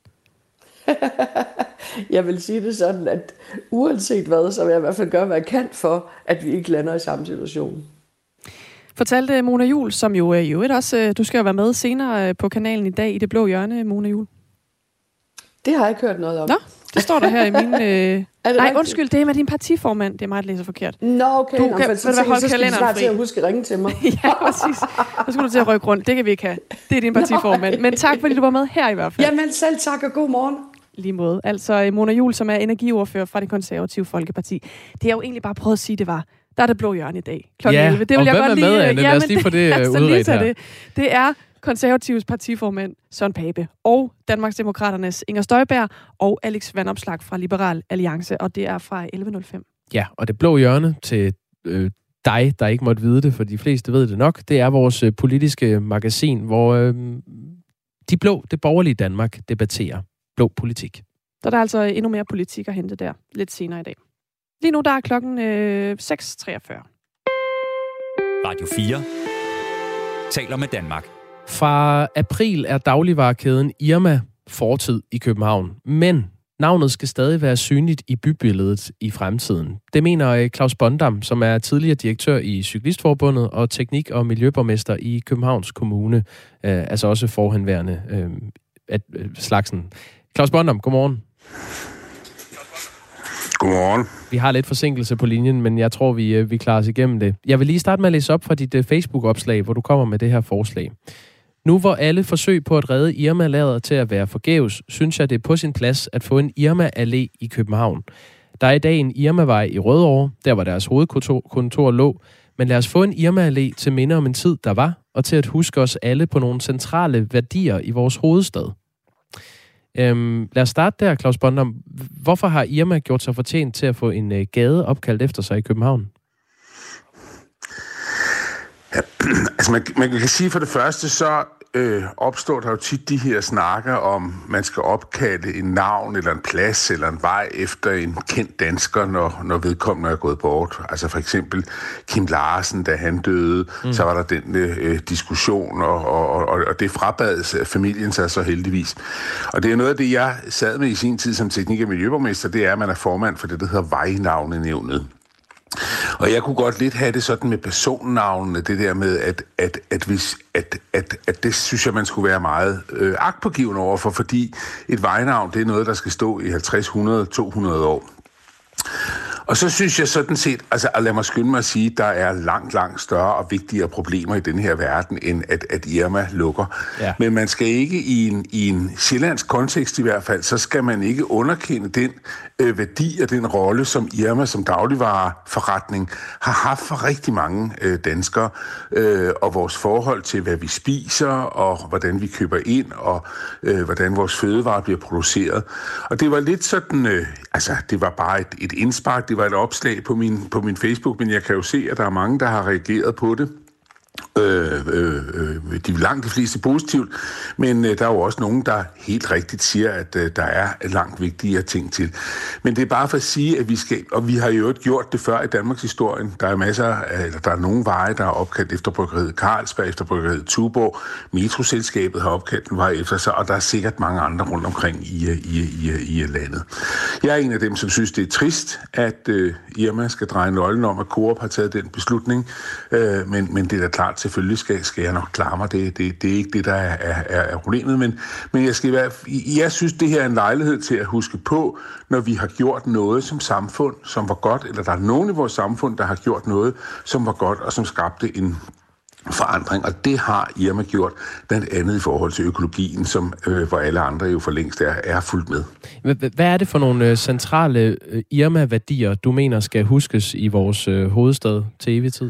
Jeg vil sige det sådan, at uanset hvad, så vil jeg i hvert fald gøre, hvad jeg kan for, at vi ikke lander i samme situation. Fortalte Mona Juul, som jo også, du skal jo være med senere på kanalen i dag i Det Blå Hjørne, Mona Juul. Det har jeg ikke hørt noget om. Nå, det står der her i min... Nej, undskyld, det er med din partiformand. Det er mig, der læser forkert. Nå, okay. Du kan så skal du snart til at huske at ringe til mig. Ja, præcis. Så skal du til at rykke rundt. Det kan vi ikke have. Det er din partiformand. Men tak, fordi du var med her i hvert fald. Jamen selv tak, og god morgen. Lige måde. Altså Mona Juul, som er energiordfører fra Det Konservative Folkeparti. Det er jo egentlig bare prøvet at sige, det var... Der er Det Blå Hjørne i dag. Klokken 11. Det vil jeg godt lige... Ja, lad os lige få det udredt her. Det er Konservatives partiformand Søren Pape og Danmarksdemokraternes Inger Støjberg og Alex Vanopslagh fra Liberal Alliance, og det er fra 11.05. Ja, og Det Blå Hjørne til dig, der ikke måtte vide det, for de fleste ved det nok, det er vores politiske magasin, hvor de blå, det borgerlige Danmark, debatterer blå politik. Så der er altså endnu mere politik at hente der lidt senere i dag. Lige nu der er klokken 6.43. Radio 4 taler med Danmark. Fra april er dagligvarekæden Irma fortid i København, men navnet skal stadig være synligt i bybilledet i fremtiden. Det mener Claus Bondam, som er tidligere direktør i Cyklistforbundet og teknik- og miljøborgmester i Københavns Kommune, altså også forhenværende slagsen. Claus Bondam, godmorgen. Godmorgen. Vi har lidt forsinkelse på linjen, men jeg tror, vi klarer os igennem det. Jeg vil lige starte med at læse op fra dit Facebook-opslag, hvor du kommer med det her forslag. Nu hvor alle forsøg på at redde Irma lader til at være forgæves, synes jeg, det er på sin plads at få en Irma-allé i København. Der er i dag en Irma-vej i Rødovre, der hvor deres hovedkontor lå, men lad os få en Irma-allé til minde om en tid, der var, og til at huske os alle på nogle centrale værdier i vores hovedstad. Lad os starte der, Claus Bondam. Hvorfor har Irma gjort sig fortjent til at få en gade opkaldt efter sig i København? Ja, altså man kan sige for det første, så opstår der jo tit de her snakker om, man skal opkalde en navn eller en plads eller en vej efter en kendt dansker, når vedkommende er gået bort. Altså for eksempel Kim Larsen, da han døde, så var der den diskussion, og det frabad familien sig så heldigvis. Og det er noget af det, jeg sad med i sin tid som teknik- og miljøborgmester, det er, at man er formand for det, der hedder Vejnavnenævnet. Og jeg kunne godt lidt have det sådan med personnavnene, det der med, at det synes jeg, man skulle være meget agtpågivende overfor, fordi et vejnavn, det er noget, der skal stå i 50, 100, 200 år. Og så synes jeg sådan set, altså lad mig skynde mig at sige, der er langt større og vigtigere problemer i den her verden, end at Irma lukker. Ja. Men man skal ikke i en sjællandsk kontekst i hvert fald, så skal man ikke underkende den værdi og den rolle, som Irma som dagligvareforretning har haft for rigtig mange danskere, og vores forhold til, hvad vi spiser, og hvordan vi køber ind, og hvordan vores fødevarer bliver produceret. Og det var lidt sådan, det var bare et indspark, det var et opslag på min Facebook, men jeg kan jo se, at der er mange, der har reageret på det. Langt de fleste positivt, men der er jo også nogen, der helt rigtigt siger, at der er langt vigtigere ting til. Men det er bare for at sige, at vi har jo ikke gjort det før i Danmarks historien. Der er nogle veje, der er opkaldt efter bryggeriet Carlsberg, efter bryggeriet Tuborg. Metroselskabet har opkaldt en vej efter sig, og der er sikkert mange andre rundt omkring i landet. Jeg er en af dem, som synes, det er trist, at Irma skal dreje nøglen om, at Coop har taget den beslutning, men det er da klart, selvfølgelig skal jeg nok klare mig. Det er ikke det, der er problemet, men jeg synes, det her er en lejlighed til at huske på, når vi har gjort noget som samfund, som var godt, eller der er nogen i vores samfund, der har gjort noget, som var godt, og som skabte en forandring, og det har Irma gjort, blandt andet i forhold til økologien, hvor alle andre jo for længst er fuldt med. Hvad er det for nogle centrale Irma-værdier, du mener skal huskes i vores hovedstad til evig tid?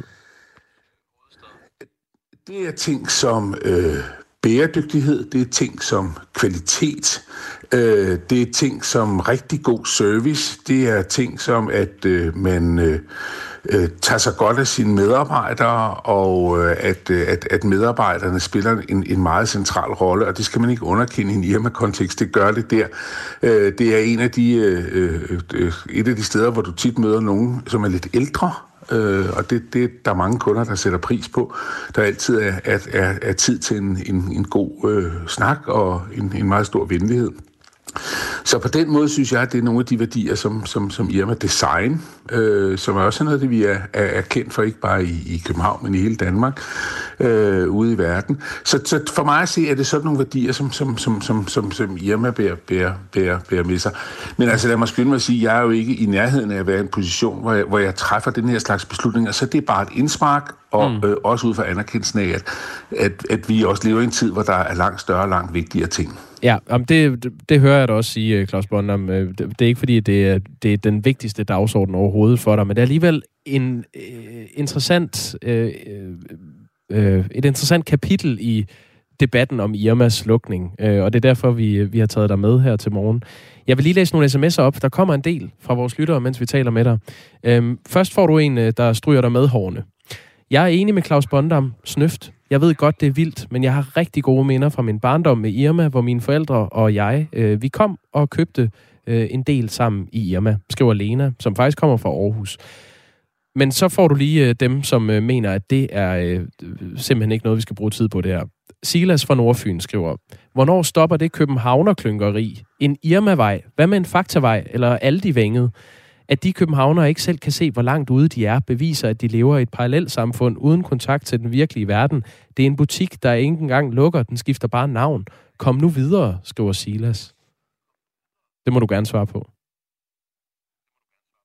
Det er ting som bæredygtighed, det er ting som kvalitet, det er ting som rigtig god service, det er ting som, at man tager sig godt af sine medarbejdere, og at medarbejderne spiller en meget central rolle, og det skal man ikke underkende i en Irma-kontekst, det gør det der. Det er et af de steder, hvor du tit møder nogen, som er lidt ældre, og det der er mange kunder, der sætter pris på. Der altid er tid til en god snak og en meget stor venlighed. Så på den måde synes jeg, at det er nogle af de værdier, som Irma Design, som er også noget, det vi er kendt for, ikke bare i København, men i hele Danmark, ude i verden. Så for mig at se, er det sådan nogle værdier, som Irma bærer med sig. Men altså lad mig skynde mig at sige, jeg er jo ikke i nærheden af at være i en position, hvor jeg træffer den her slags beslutninger, så det er bare et indspark, og også ud fra anerkendelsen af, at vi også lever i en tid, hvor der er langt større og langt vigtigere ting. Ja, det hører jeg da også sige, Claus Bondam. Det er ikke fordi, det er den vigtigste dagsorden overhovedet for dig, men det er alligevel et interessant kapitel i debatten om Irmas lukning, og det er derfor, vi har taget dig med her til morgen. Jeg vil lige læse nogle sms'er op. Der kommer en del fra vores lyttere, mens vi taler med dig. Først får du en, der stryger dig med hårene. Jeg er enig med Claus Bondam. Snøft. Jeg ved godt, det er vildt, men jeg har rigtig gode minder fra min barndom med Irma, hvor mine forældre og jeg, vi kom og købte en del sammen i Irma, skriver Lena, som faktisk kommer fra Aarhus. Men så får du lige dem, som mener, at det er simpelthen ikke noget, vi skal bruge tid på det her. Silas fra Nordfyn skriver, hvornår stopper det københavnerklyngeri? En Irma-vej? Hvad med en Faktavej eller Aldi-vænget? At de københavnere ikke selv kan se, hvor langt ude de er, beviser, at de lever i et parallelsamfund uden kontakt til den virkelige verden. Det er en butik, der ikke engang lukker, den skifter bare navn. Kom nu videre, skriver Silas. Det må du gerne svare på.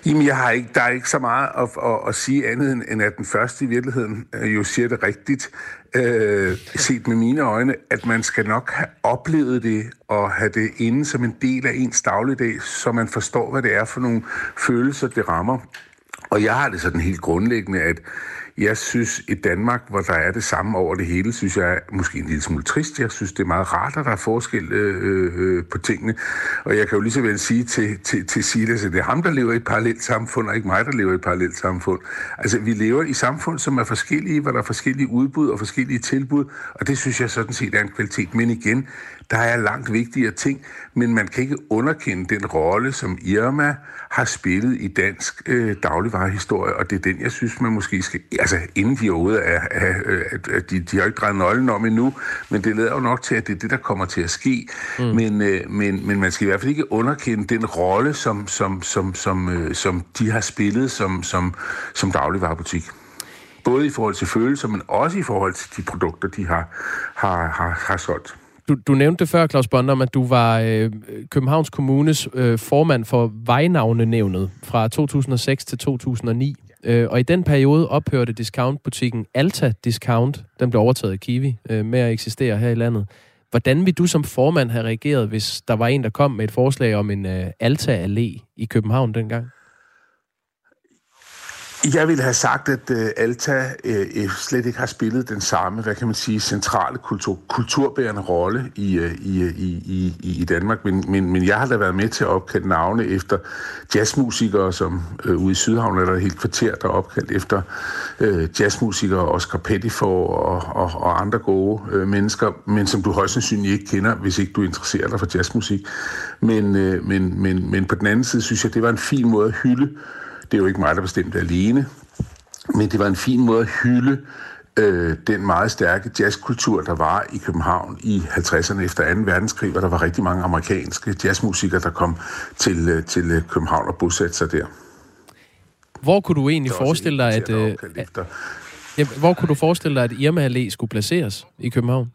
Jamen, der er ikke så meget at sige andet, end at den første i virkeligheden jo siger det rigtigt, set med mine øjne, at man skal nok have oplevet det og have det inde som en del af ens dagligdag, så man forstår, hvad det er for nogle følelser, det rammer. Og jeg har det sådan helt grundlæggende, at jeg synes, i Danmark, hvor der er det samme over det hele, synes jeg er måske en lille smule trist. Jeg synes, det er meget rart, at der er forskel på tingene. Og jeg kan jo lige så vel sige til Silas, at det er ham, der lever i et parallelt samfund, og ikke mig, der lever i et parallelt samfund. Altså, vi lever i samfund, som er forskellige, hvor der er forskellige udbud og forskellige tilbud, og det synes jeg sådan set er en kvalitet. Men igen, der er langt vigtigere ting, men man kan ikke underkende den rolle, som Irma har spillet i dansk dagligvarehistorie, og det er den, jeg synes, man måske skal... Altså, inden de overhovedet de har ikke drejet nøglen om endnu, men det leder jo nok til, at det er det, der kommer til at ske. Men man skal i hvert fald ikke underkende den rolle, som de har spillet som dagligvarebutik. Både i forhold til følelser, men også i forhold til de produkter, de har solgt. Du nævnte det før, Claus Bondum, at du var Københavns Kommunes formand for Vejnavnenævnet fra 2006 til 2009. Og i den periode ophørte discountbutikken Alta Discount, den blev overtaget af Kiwi, med at eksistere her i landet. Hvordan ville du som formand have reageret, hvis der var en, der kom med et forslag om en Alta Allé i København dengang? Jeg ville have sagt, at Alta slet ikke har spillet den samme, hvad kan man sige, centrale kulturbærende rolle i Danmark. Men jeg har da været med til at opkalde navne efter jazzmusikere, som ude i Sydhavn er der et helt kvarter, der er opkaldt efter jazzmusikere, Oscar Pettiford og andre gode mennesker, men som du højst sandsynligt ikke kender, hvis ikke du interesserer dig for jazzmusik. Men på den anden side synes jeg, det var en fin måde at hylde. Det er jo ikke mig, der bestemte alene, men det var en fin måde at hylde den meget stærke jazzkultur, der var i København i 50'erne efter 2. verdenskrig, hvor der var rigtig mange amerikanske jazzmusikere, der kom til København og bosatte sig der. Hvor kunne du egentlig forestille dig, hvor kunne du forestille dig, at Irma Allé skulle placeres i København?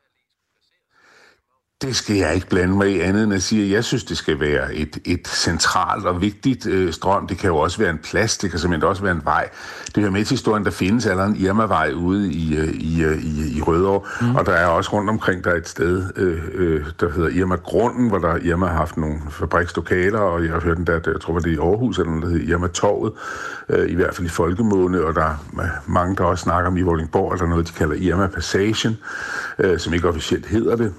Det skal jeg ikke blande mig i andet end at sige, at jeg synes, det skal være et centralt og vigtigt strøm. Det kan jo også være en plads, det kan simpelthen også være en vej. Det hører med til historien, der findes allerede en Irma-vej ude i Rødovre, og der er også rundt omkring, der er et sted, der hedder Irma-grunden, hvor Irma har haft nogle fabrikslokaler, og jeg har hørt den der, jeg tror, det er i Aarhus, eller der hedder Irma-torvet, i hvert fald i folkemåne, og der er mange, der også snakker om i Vordingborg, eller noget, de kalder Irma-passagen, som ikke officielt hedder det.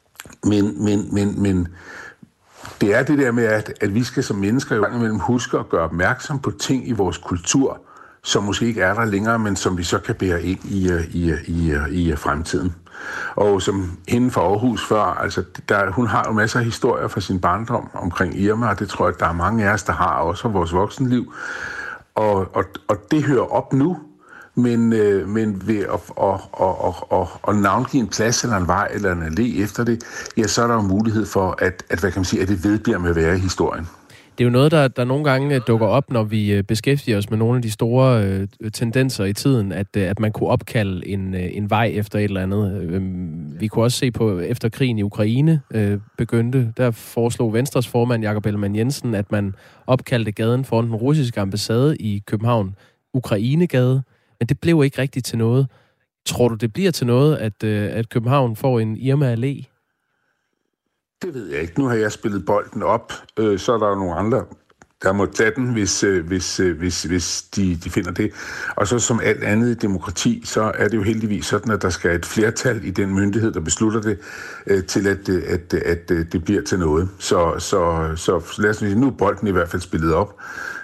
Men det er det der med, at vi skal som mennesker jo imellem huske at gøre opmærksom på ting i vores kultur, som måske ikke er der længere, men som vi så kan bære ind i fremtiden. Og som hende fra Aarhus før, altså hun har jo masser af historier fra sin barndom omkring Irma, og det tror jeg, at der er mange af os, der har også fra vores voksenliv. Og det hører op nu. Men ved at navngive en plads eller en vej eller en allé efter det, ja, så er der jo mulighed for, at hvad kan man sige, at det vedbliver med at være i historien. Det er jo noget, der nogle gange dukker op, når vi beskæftiger os med nogle af de store tendenser i tiden, at man kunne opkalde en vej efter et eller andet. Vi kunne også se på, efter krigen i Ukraine begyndte, der foreslog Venstres formand Jakob Ellemann-Jensen, at man opkaldte gaden foran den russiske ambassade i København Ukrainegade. Men det blev ikke rigtigt til noget. Tror du, det bliver til noget, at København får en Irma Allé? Det ved jeg ikke. Nu har jeg spillet bolden op, så er der jo nogle andre, der må tage den, hvis de finder det. Og så som alt andet i demokrati, så er det jo heldigvis sådan, at der skal et flertal i den myndighed, der beslutter det, til at det bliver til noget. Så lad os sige, nu er bolden i hvert fald spillet op.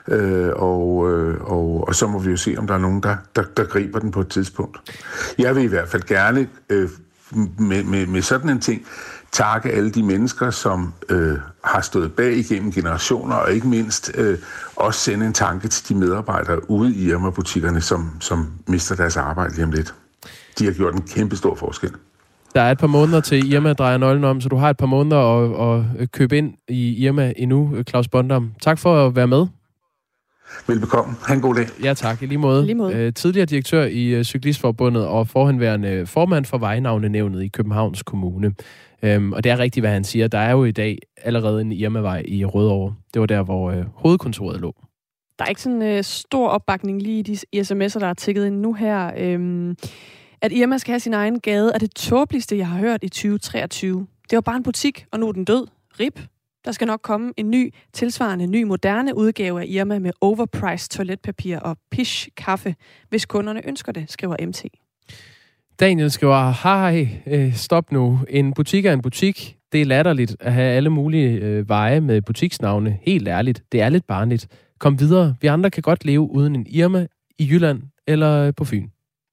Og så må vi jo se, om der er nogen, der griber den på et tidspunkt. Jeg vil i hvert fald gerne med sådan en ting takke alle de mennesker, som har stået bag igennem generationer, og ikke mindst også sende en tanke til de medarbejdere ude i Irma-butikkerne, som mister deres arbejde lige om lidt. De har gjort en kæmpe stor forskel. Der er et par måneder til Irma drejer nøglen om, så du har et par måneder at købe ind i Irma endnu, Claus Bondum. Tak for at være med. Velbekomme. Ha' en god dag. Ja tak, i lige måde. Tidligere direktør i Cyklistforbundet og forhenværende formand for Vejnavnenævnet i Københavns Kommune. Og det er rigtigt, hvad han siger. Der er jo i dag allerede en Irma-vej i Rødovre. Det var der, hvor hovedkontoret lå. Der er ikke sådan stor opbakning lige i de sms'er, der er tikket ind nu her. At Irma skal have sin egen gade, er det tåbeligste, jeg har hørt i 2023. Det var bare en butik, og nu er den død. RIP. Der skal nok komme en tilsvarende moderne udgave af Irma med overpriced toiletpapir og pish kaffe, hvis kunderne ønsker det, skriver MT. Daniel skriver, hej, stop nu. En butik er en butik. Det er latterligt at have alle mulige veje med butiksnavne. Helt ærligt, det er lidt barnligt. Kom videre. Vi andre kan godt leve uden en Irma i Jylland eller på Fyn.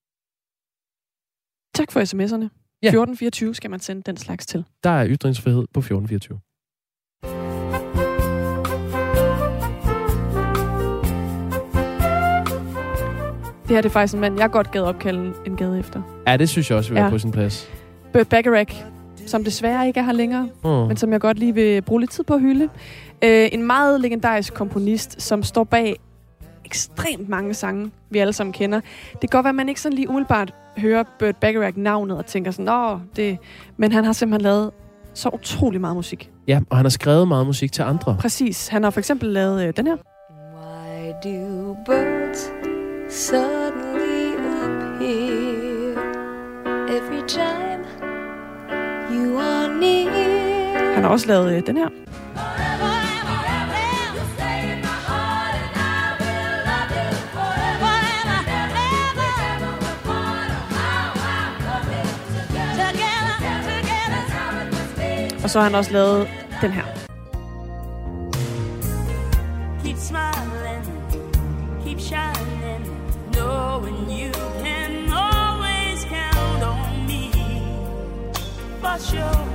Tak for sms'erne. Ja. 1424 skal man sende den slags til. Der er ytringsfrihed på 1424. Det her det er faktisk en mand, jeg godt gad opkalde en gade efter. Ja, det synes jeg også vil være på sin plads. Burt Bacharach, som desværre ikke er her længere, men som jeg godt lige vil bruge lidt tid på at hylde. En meget legendarisk komponist, som står bag ekstremt mange sange, vi alle sammen kender. Det kan godt være, at man ikke sådan lige umiddelbart hører Burt Bacharach navnet og tænker sådan, det... Men han har simpelthen lavet så utrolig meget musik. Ja, og han har skrevet meget musik til andre. Præcis. Han har for eksempel lavet den her. Why do birds suddenly appear every time you are near? Han har også lavet den her. Og så har han også lavet den her. Keep smiling, keep shining, knowing you can always count on me. For sure,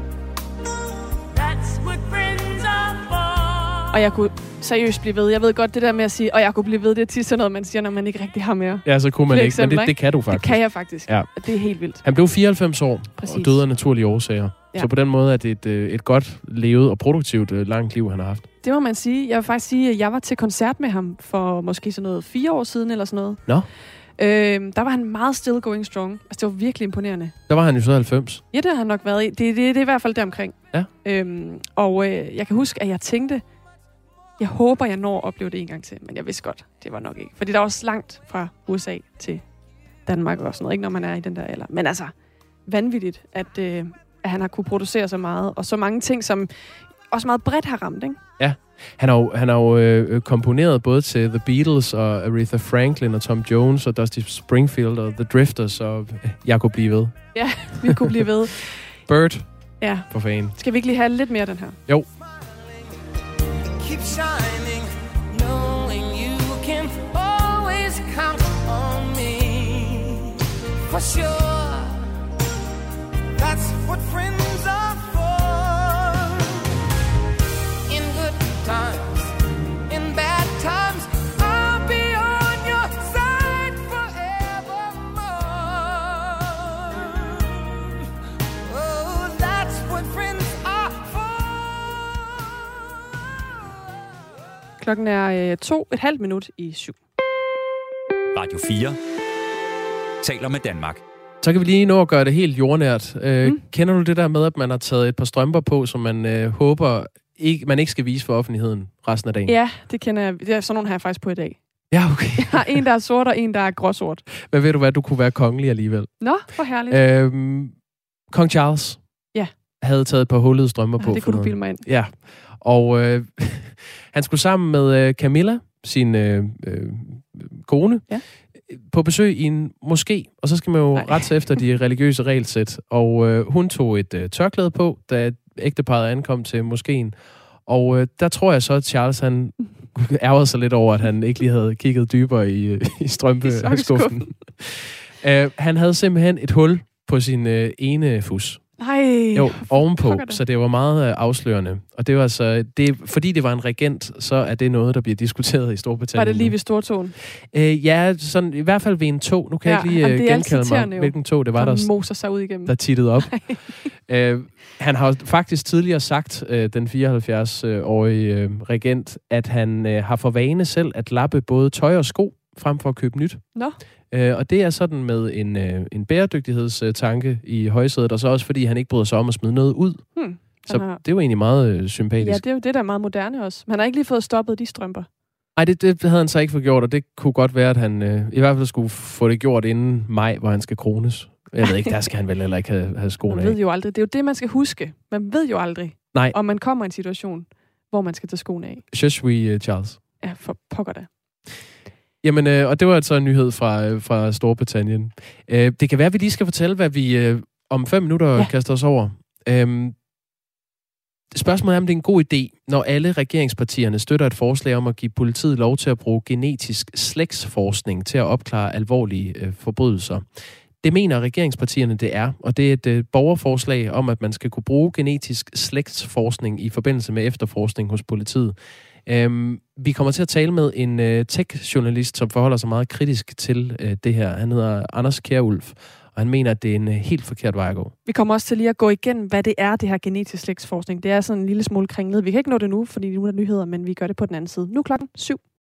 that's what friends are for. Og jeg kunne seriøst blive ved. Jeg ved godt det der med at sige, og jeg kunne blive ved, det er tit sådan noget, man siger, når man ikke rigtig har mere. Ja, så kunne man ikke, men det kan du faktisk. Det kan jeg faktisk. Ja. Det er helt vildt. Han blev 94 år og døde af naturlige årsager. Ja. Så på den måde er det et godt levet og produktivt langt liv, han har haft. Det må man sige. Jeg vil faktisk sige, at jeg var til koncert med ham for måske sådan noget 4 år siden eller sådan noget. Nå. Der var han meget still going strong. Altså, det var virkelig imponerende. Der var han jo så 90. Ja, det har han nok været i. Det er i hvert fald deromkring. Ja. Jeg kan huske, at jeg tænkte, jeg håber, jeg når at opleve det en gang til. Men jeg vidste godt, det var nok ikke. Fordi der er også langt fra USA til Danmark og sådan noget, ikke, når man er i den der alder. Men altså, vanvittigt, at han har kunne producere så meget, og så mange ting, som også meget bredt har ramt, ikke? Ja, han har jo komponeret både til The Beatles og Aretha Franklin og Tom Jones og Dusty Springfield og The Drifters, og jeg kunne blive ved. Ja, vi kunne blive ved. Burt, ja. For fanden. Skal vi ikke lige have lidt mere af den her? Jo. Keep shining, knowing you can always count on me. For sure, that's what friends are for. In good times, in bad times, I'll be on your side forevermore. Oh, that's what friends are for. Klokken er 2,5 minut i 7. Radio 4 taler med Danmark. Så kan vi lige nå at gøre det helt jordnært. Kender du det der med, at man har taget et par strømper på, som man håber, man ikke skal vise for offentligheden resten af dagen? Ja, det kender jeg. Sådan nogle har jeg faktisk på i dag. Ja, okay. Jeg har en, der er sort, og en, der er gråsort. Men ved du hvad, du kunne være kongelig alligevel. Nå, hvor herligt. Kong Charles havde taget et par hullede strømper på. Det kunne du bilde mig ind. Ja, og han skulle sammen med Camilla, sin kone, på besøg i en moské, og så skal man jo rette sig efter de religiøse regelsæt. Og hun tog et tørklæde på, da ægteparret ankom til moskéen. Og der tror jeg så, at Charles han ærgede sig lidt over, at han ikke lige havde kigget dybere i strømpeskuffen. Han havde simpelthen et hul på sin ene fus. Nej. Jo, ovenpå, så det var meget afslørende. Og det var altså, fordi det var en regent, så er det noget, der bliver diskuteret i Storbritannien. Var det lige ved stortåen? Ja, sådan, i hvert fald ved en tog. Nu kan jeg ikke lige genkalde mig, hvilken tog det var, der moser sig ud igennem. Der tittede op. Han har faktisk tidligere sagt, den 74-årige regent, at han har for vane selv at lappe både tøj og sko, frem for at købe nyt. Nå. Og det er sådan med en bæredygtighedstanke i højsædet, og så også fordi han ikke bryder sig om at smide noget ud. Så det er jo egentlig meget sympatisk. Ja, det er jo det, der er meget moderne også. Man har ikke lige fået stoppet de strømper. Nej, det havde han så ikke fået gjort, og det kunne godt være, at han i hvert fald skulle få det gjort inden maj, hvor han skal krones. Jeg ved ikke, der skal han vel heller ikke have skoene af. Man ved jo aldrig. Det er jo det, man skal huske. Man ved jo aldrig, om man kommer i en situation, hvor man skal tage skoene af. Je suis Charles. Ja, for pokker da. Jamen, og det var altså en nyhed fra Storbritannien. Det kan være, at vi lige skal fortælle, hvad vi om 5 minutter kaster os over. Spørgsmålet er, om det er en god idé, når alle regeringspartierne støtter et forslag om at give politiet lov til at bruge genetisk slægtsforskning til at opklare alvorlige forbrydelser. Det mener regeringspartierne, det er, og det er et borgerforslag om, at man skal kunne bruge genetisk slægtsforskning i forbindelse med efterforskning hos politiet. Vi kommer til at tale med en tech-journalist, som forholder sig meget kritisk til det her. Han hedder Anders Kjærulf, og han mener, at det er en helt forkert vej at gå. Vi kommer også til lige at gå igennem, hvad det er, det her genetisk slægtsforskning. Det er sådan en lille smule kringlet. Vi kan ikke nå det nu, fordi nu er der nyheder, men vi gør det på den anden side. Nu klokken 7.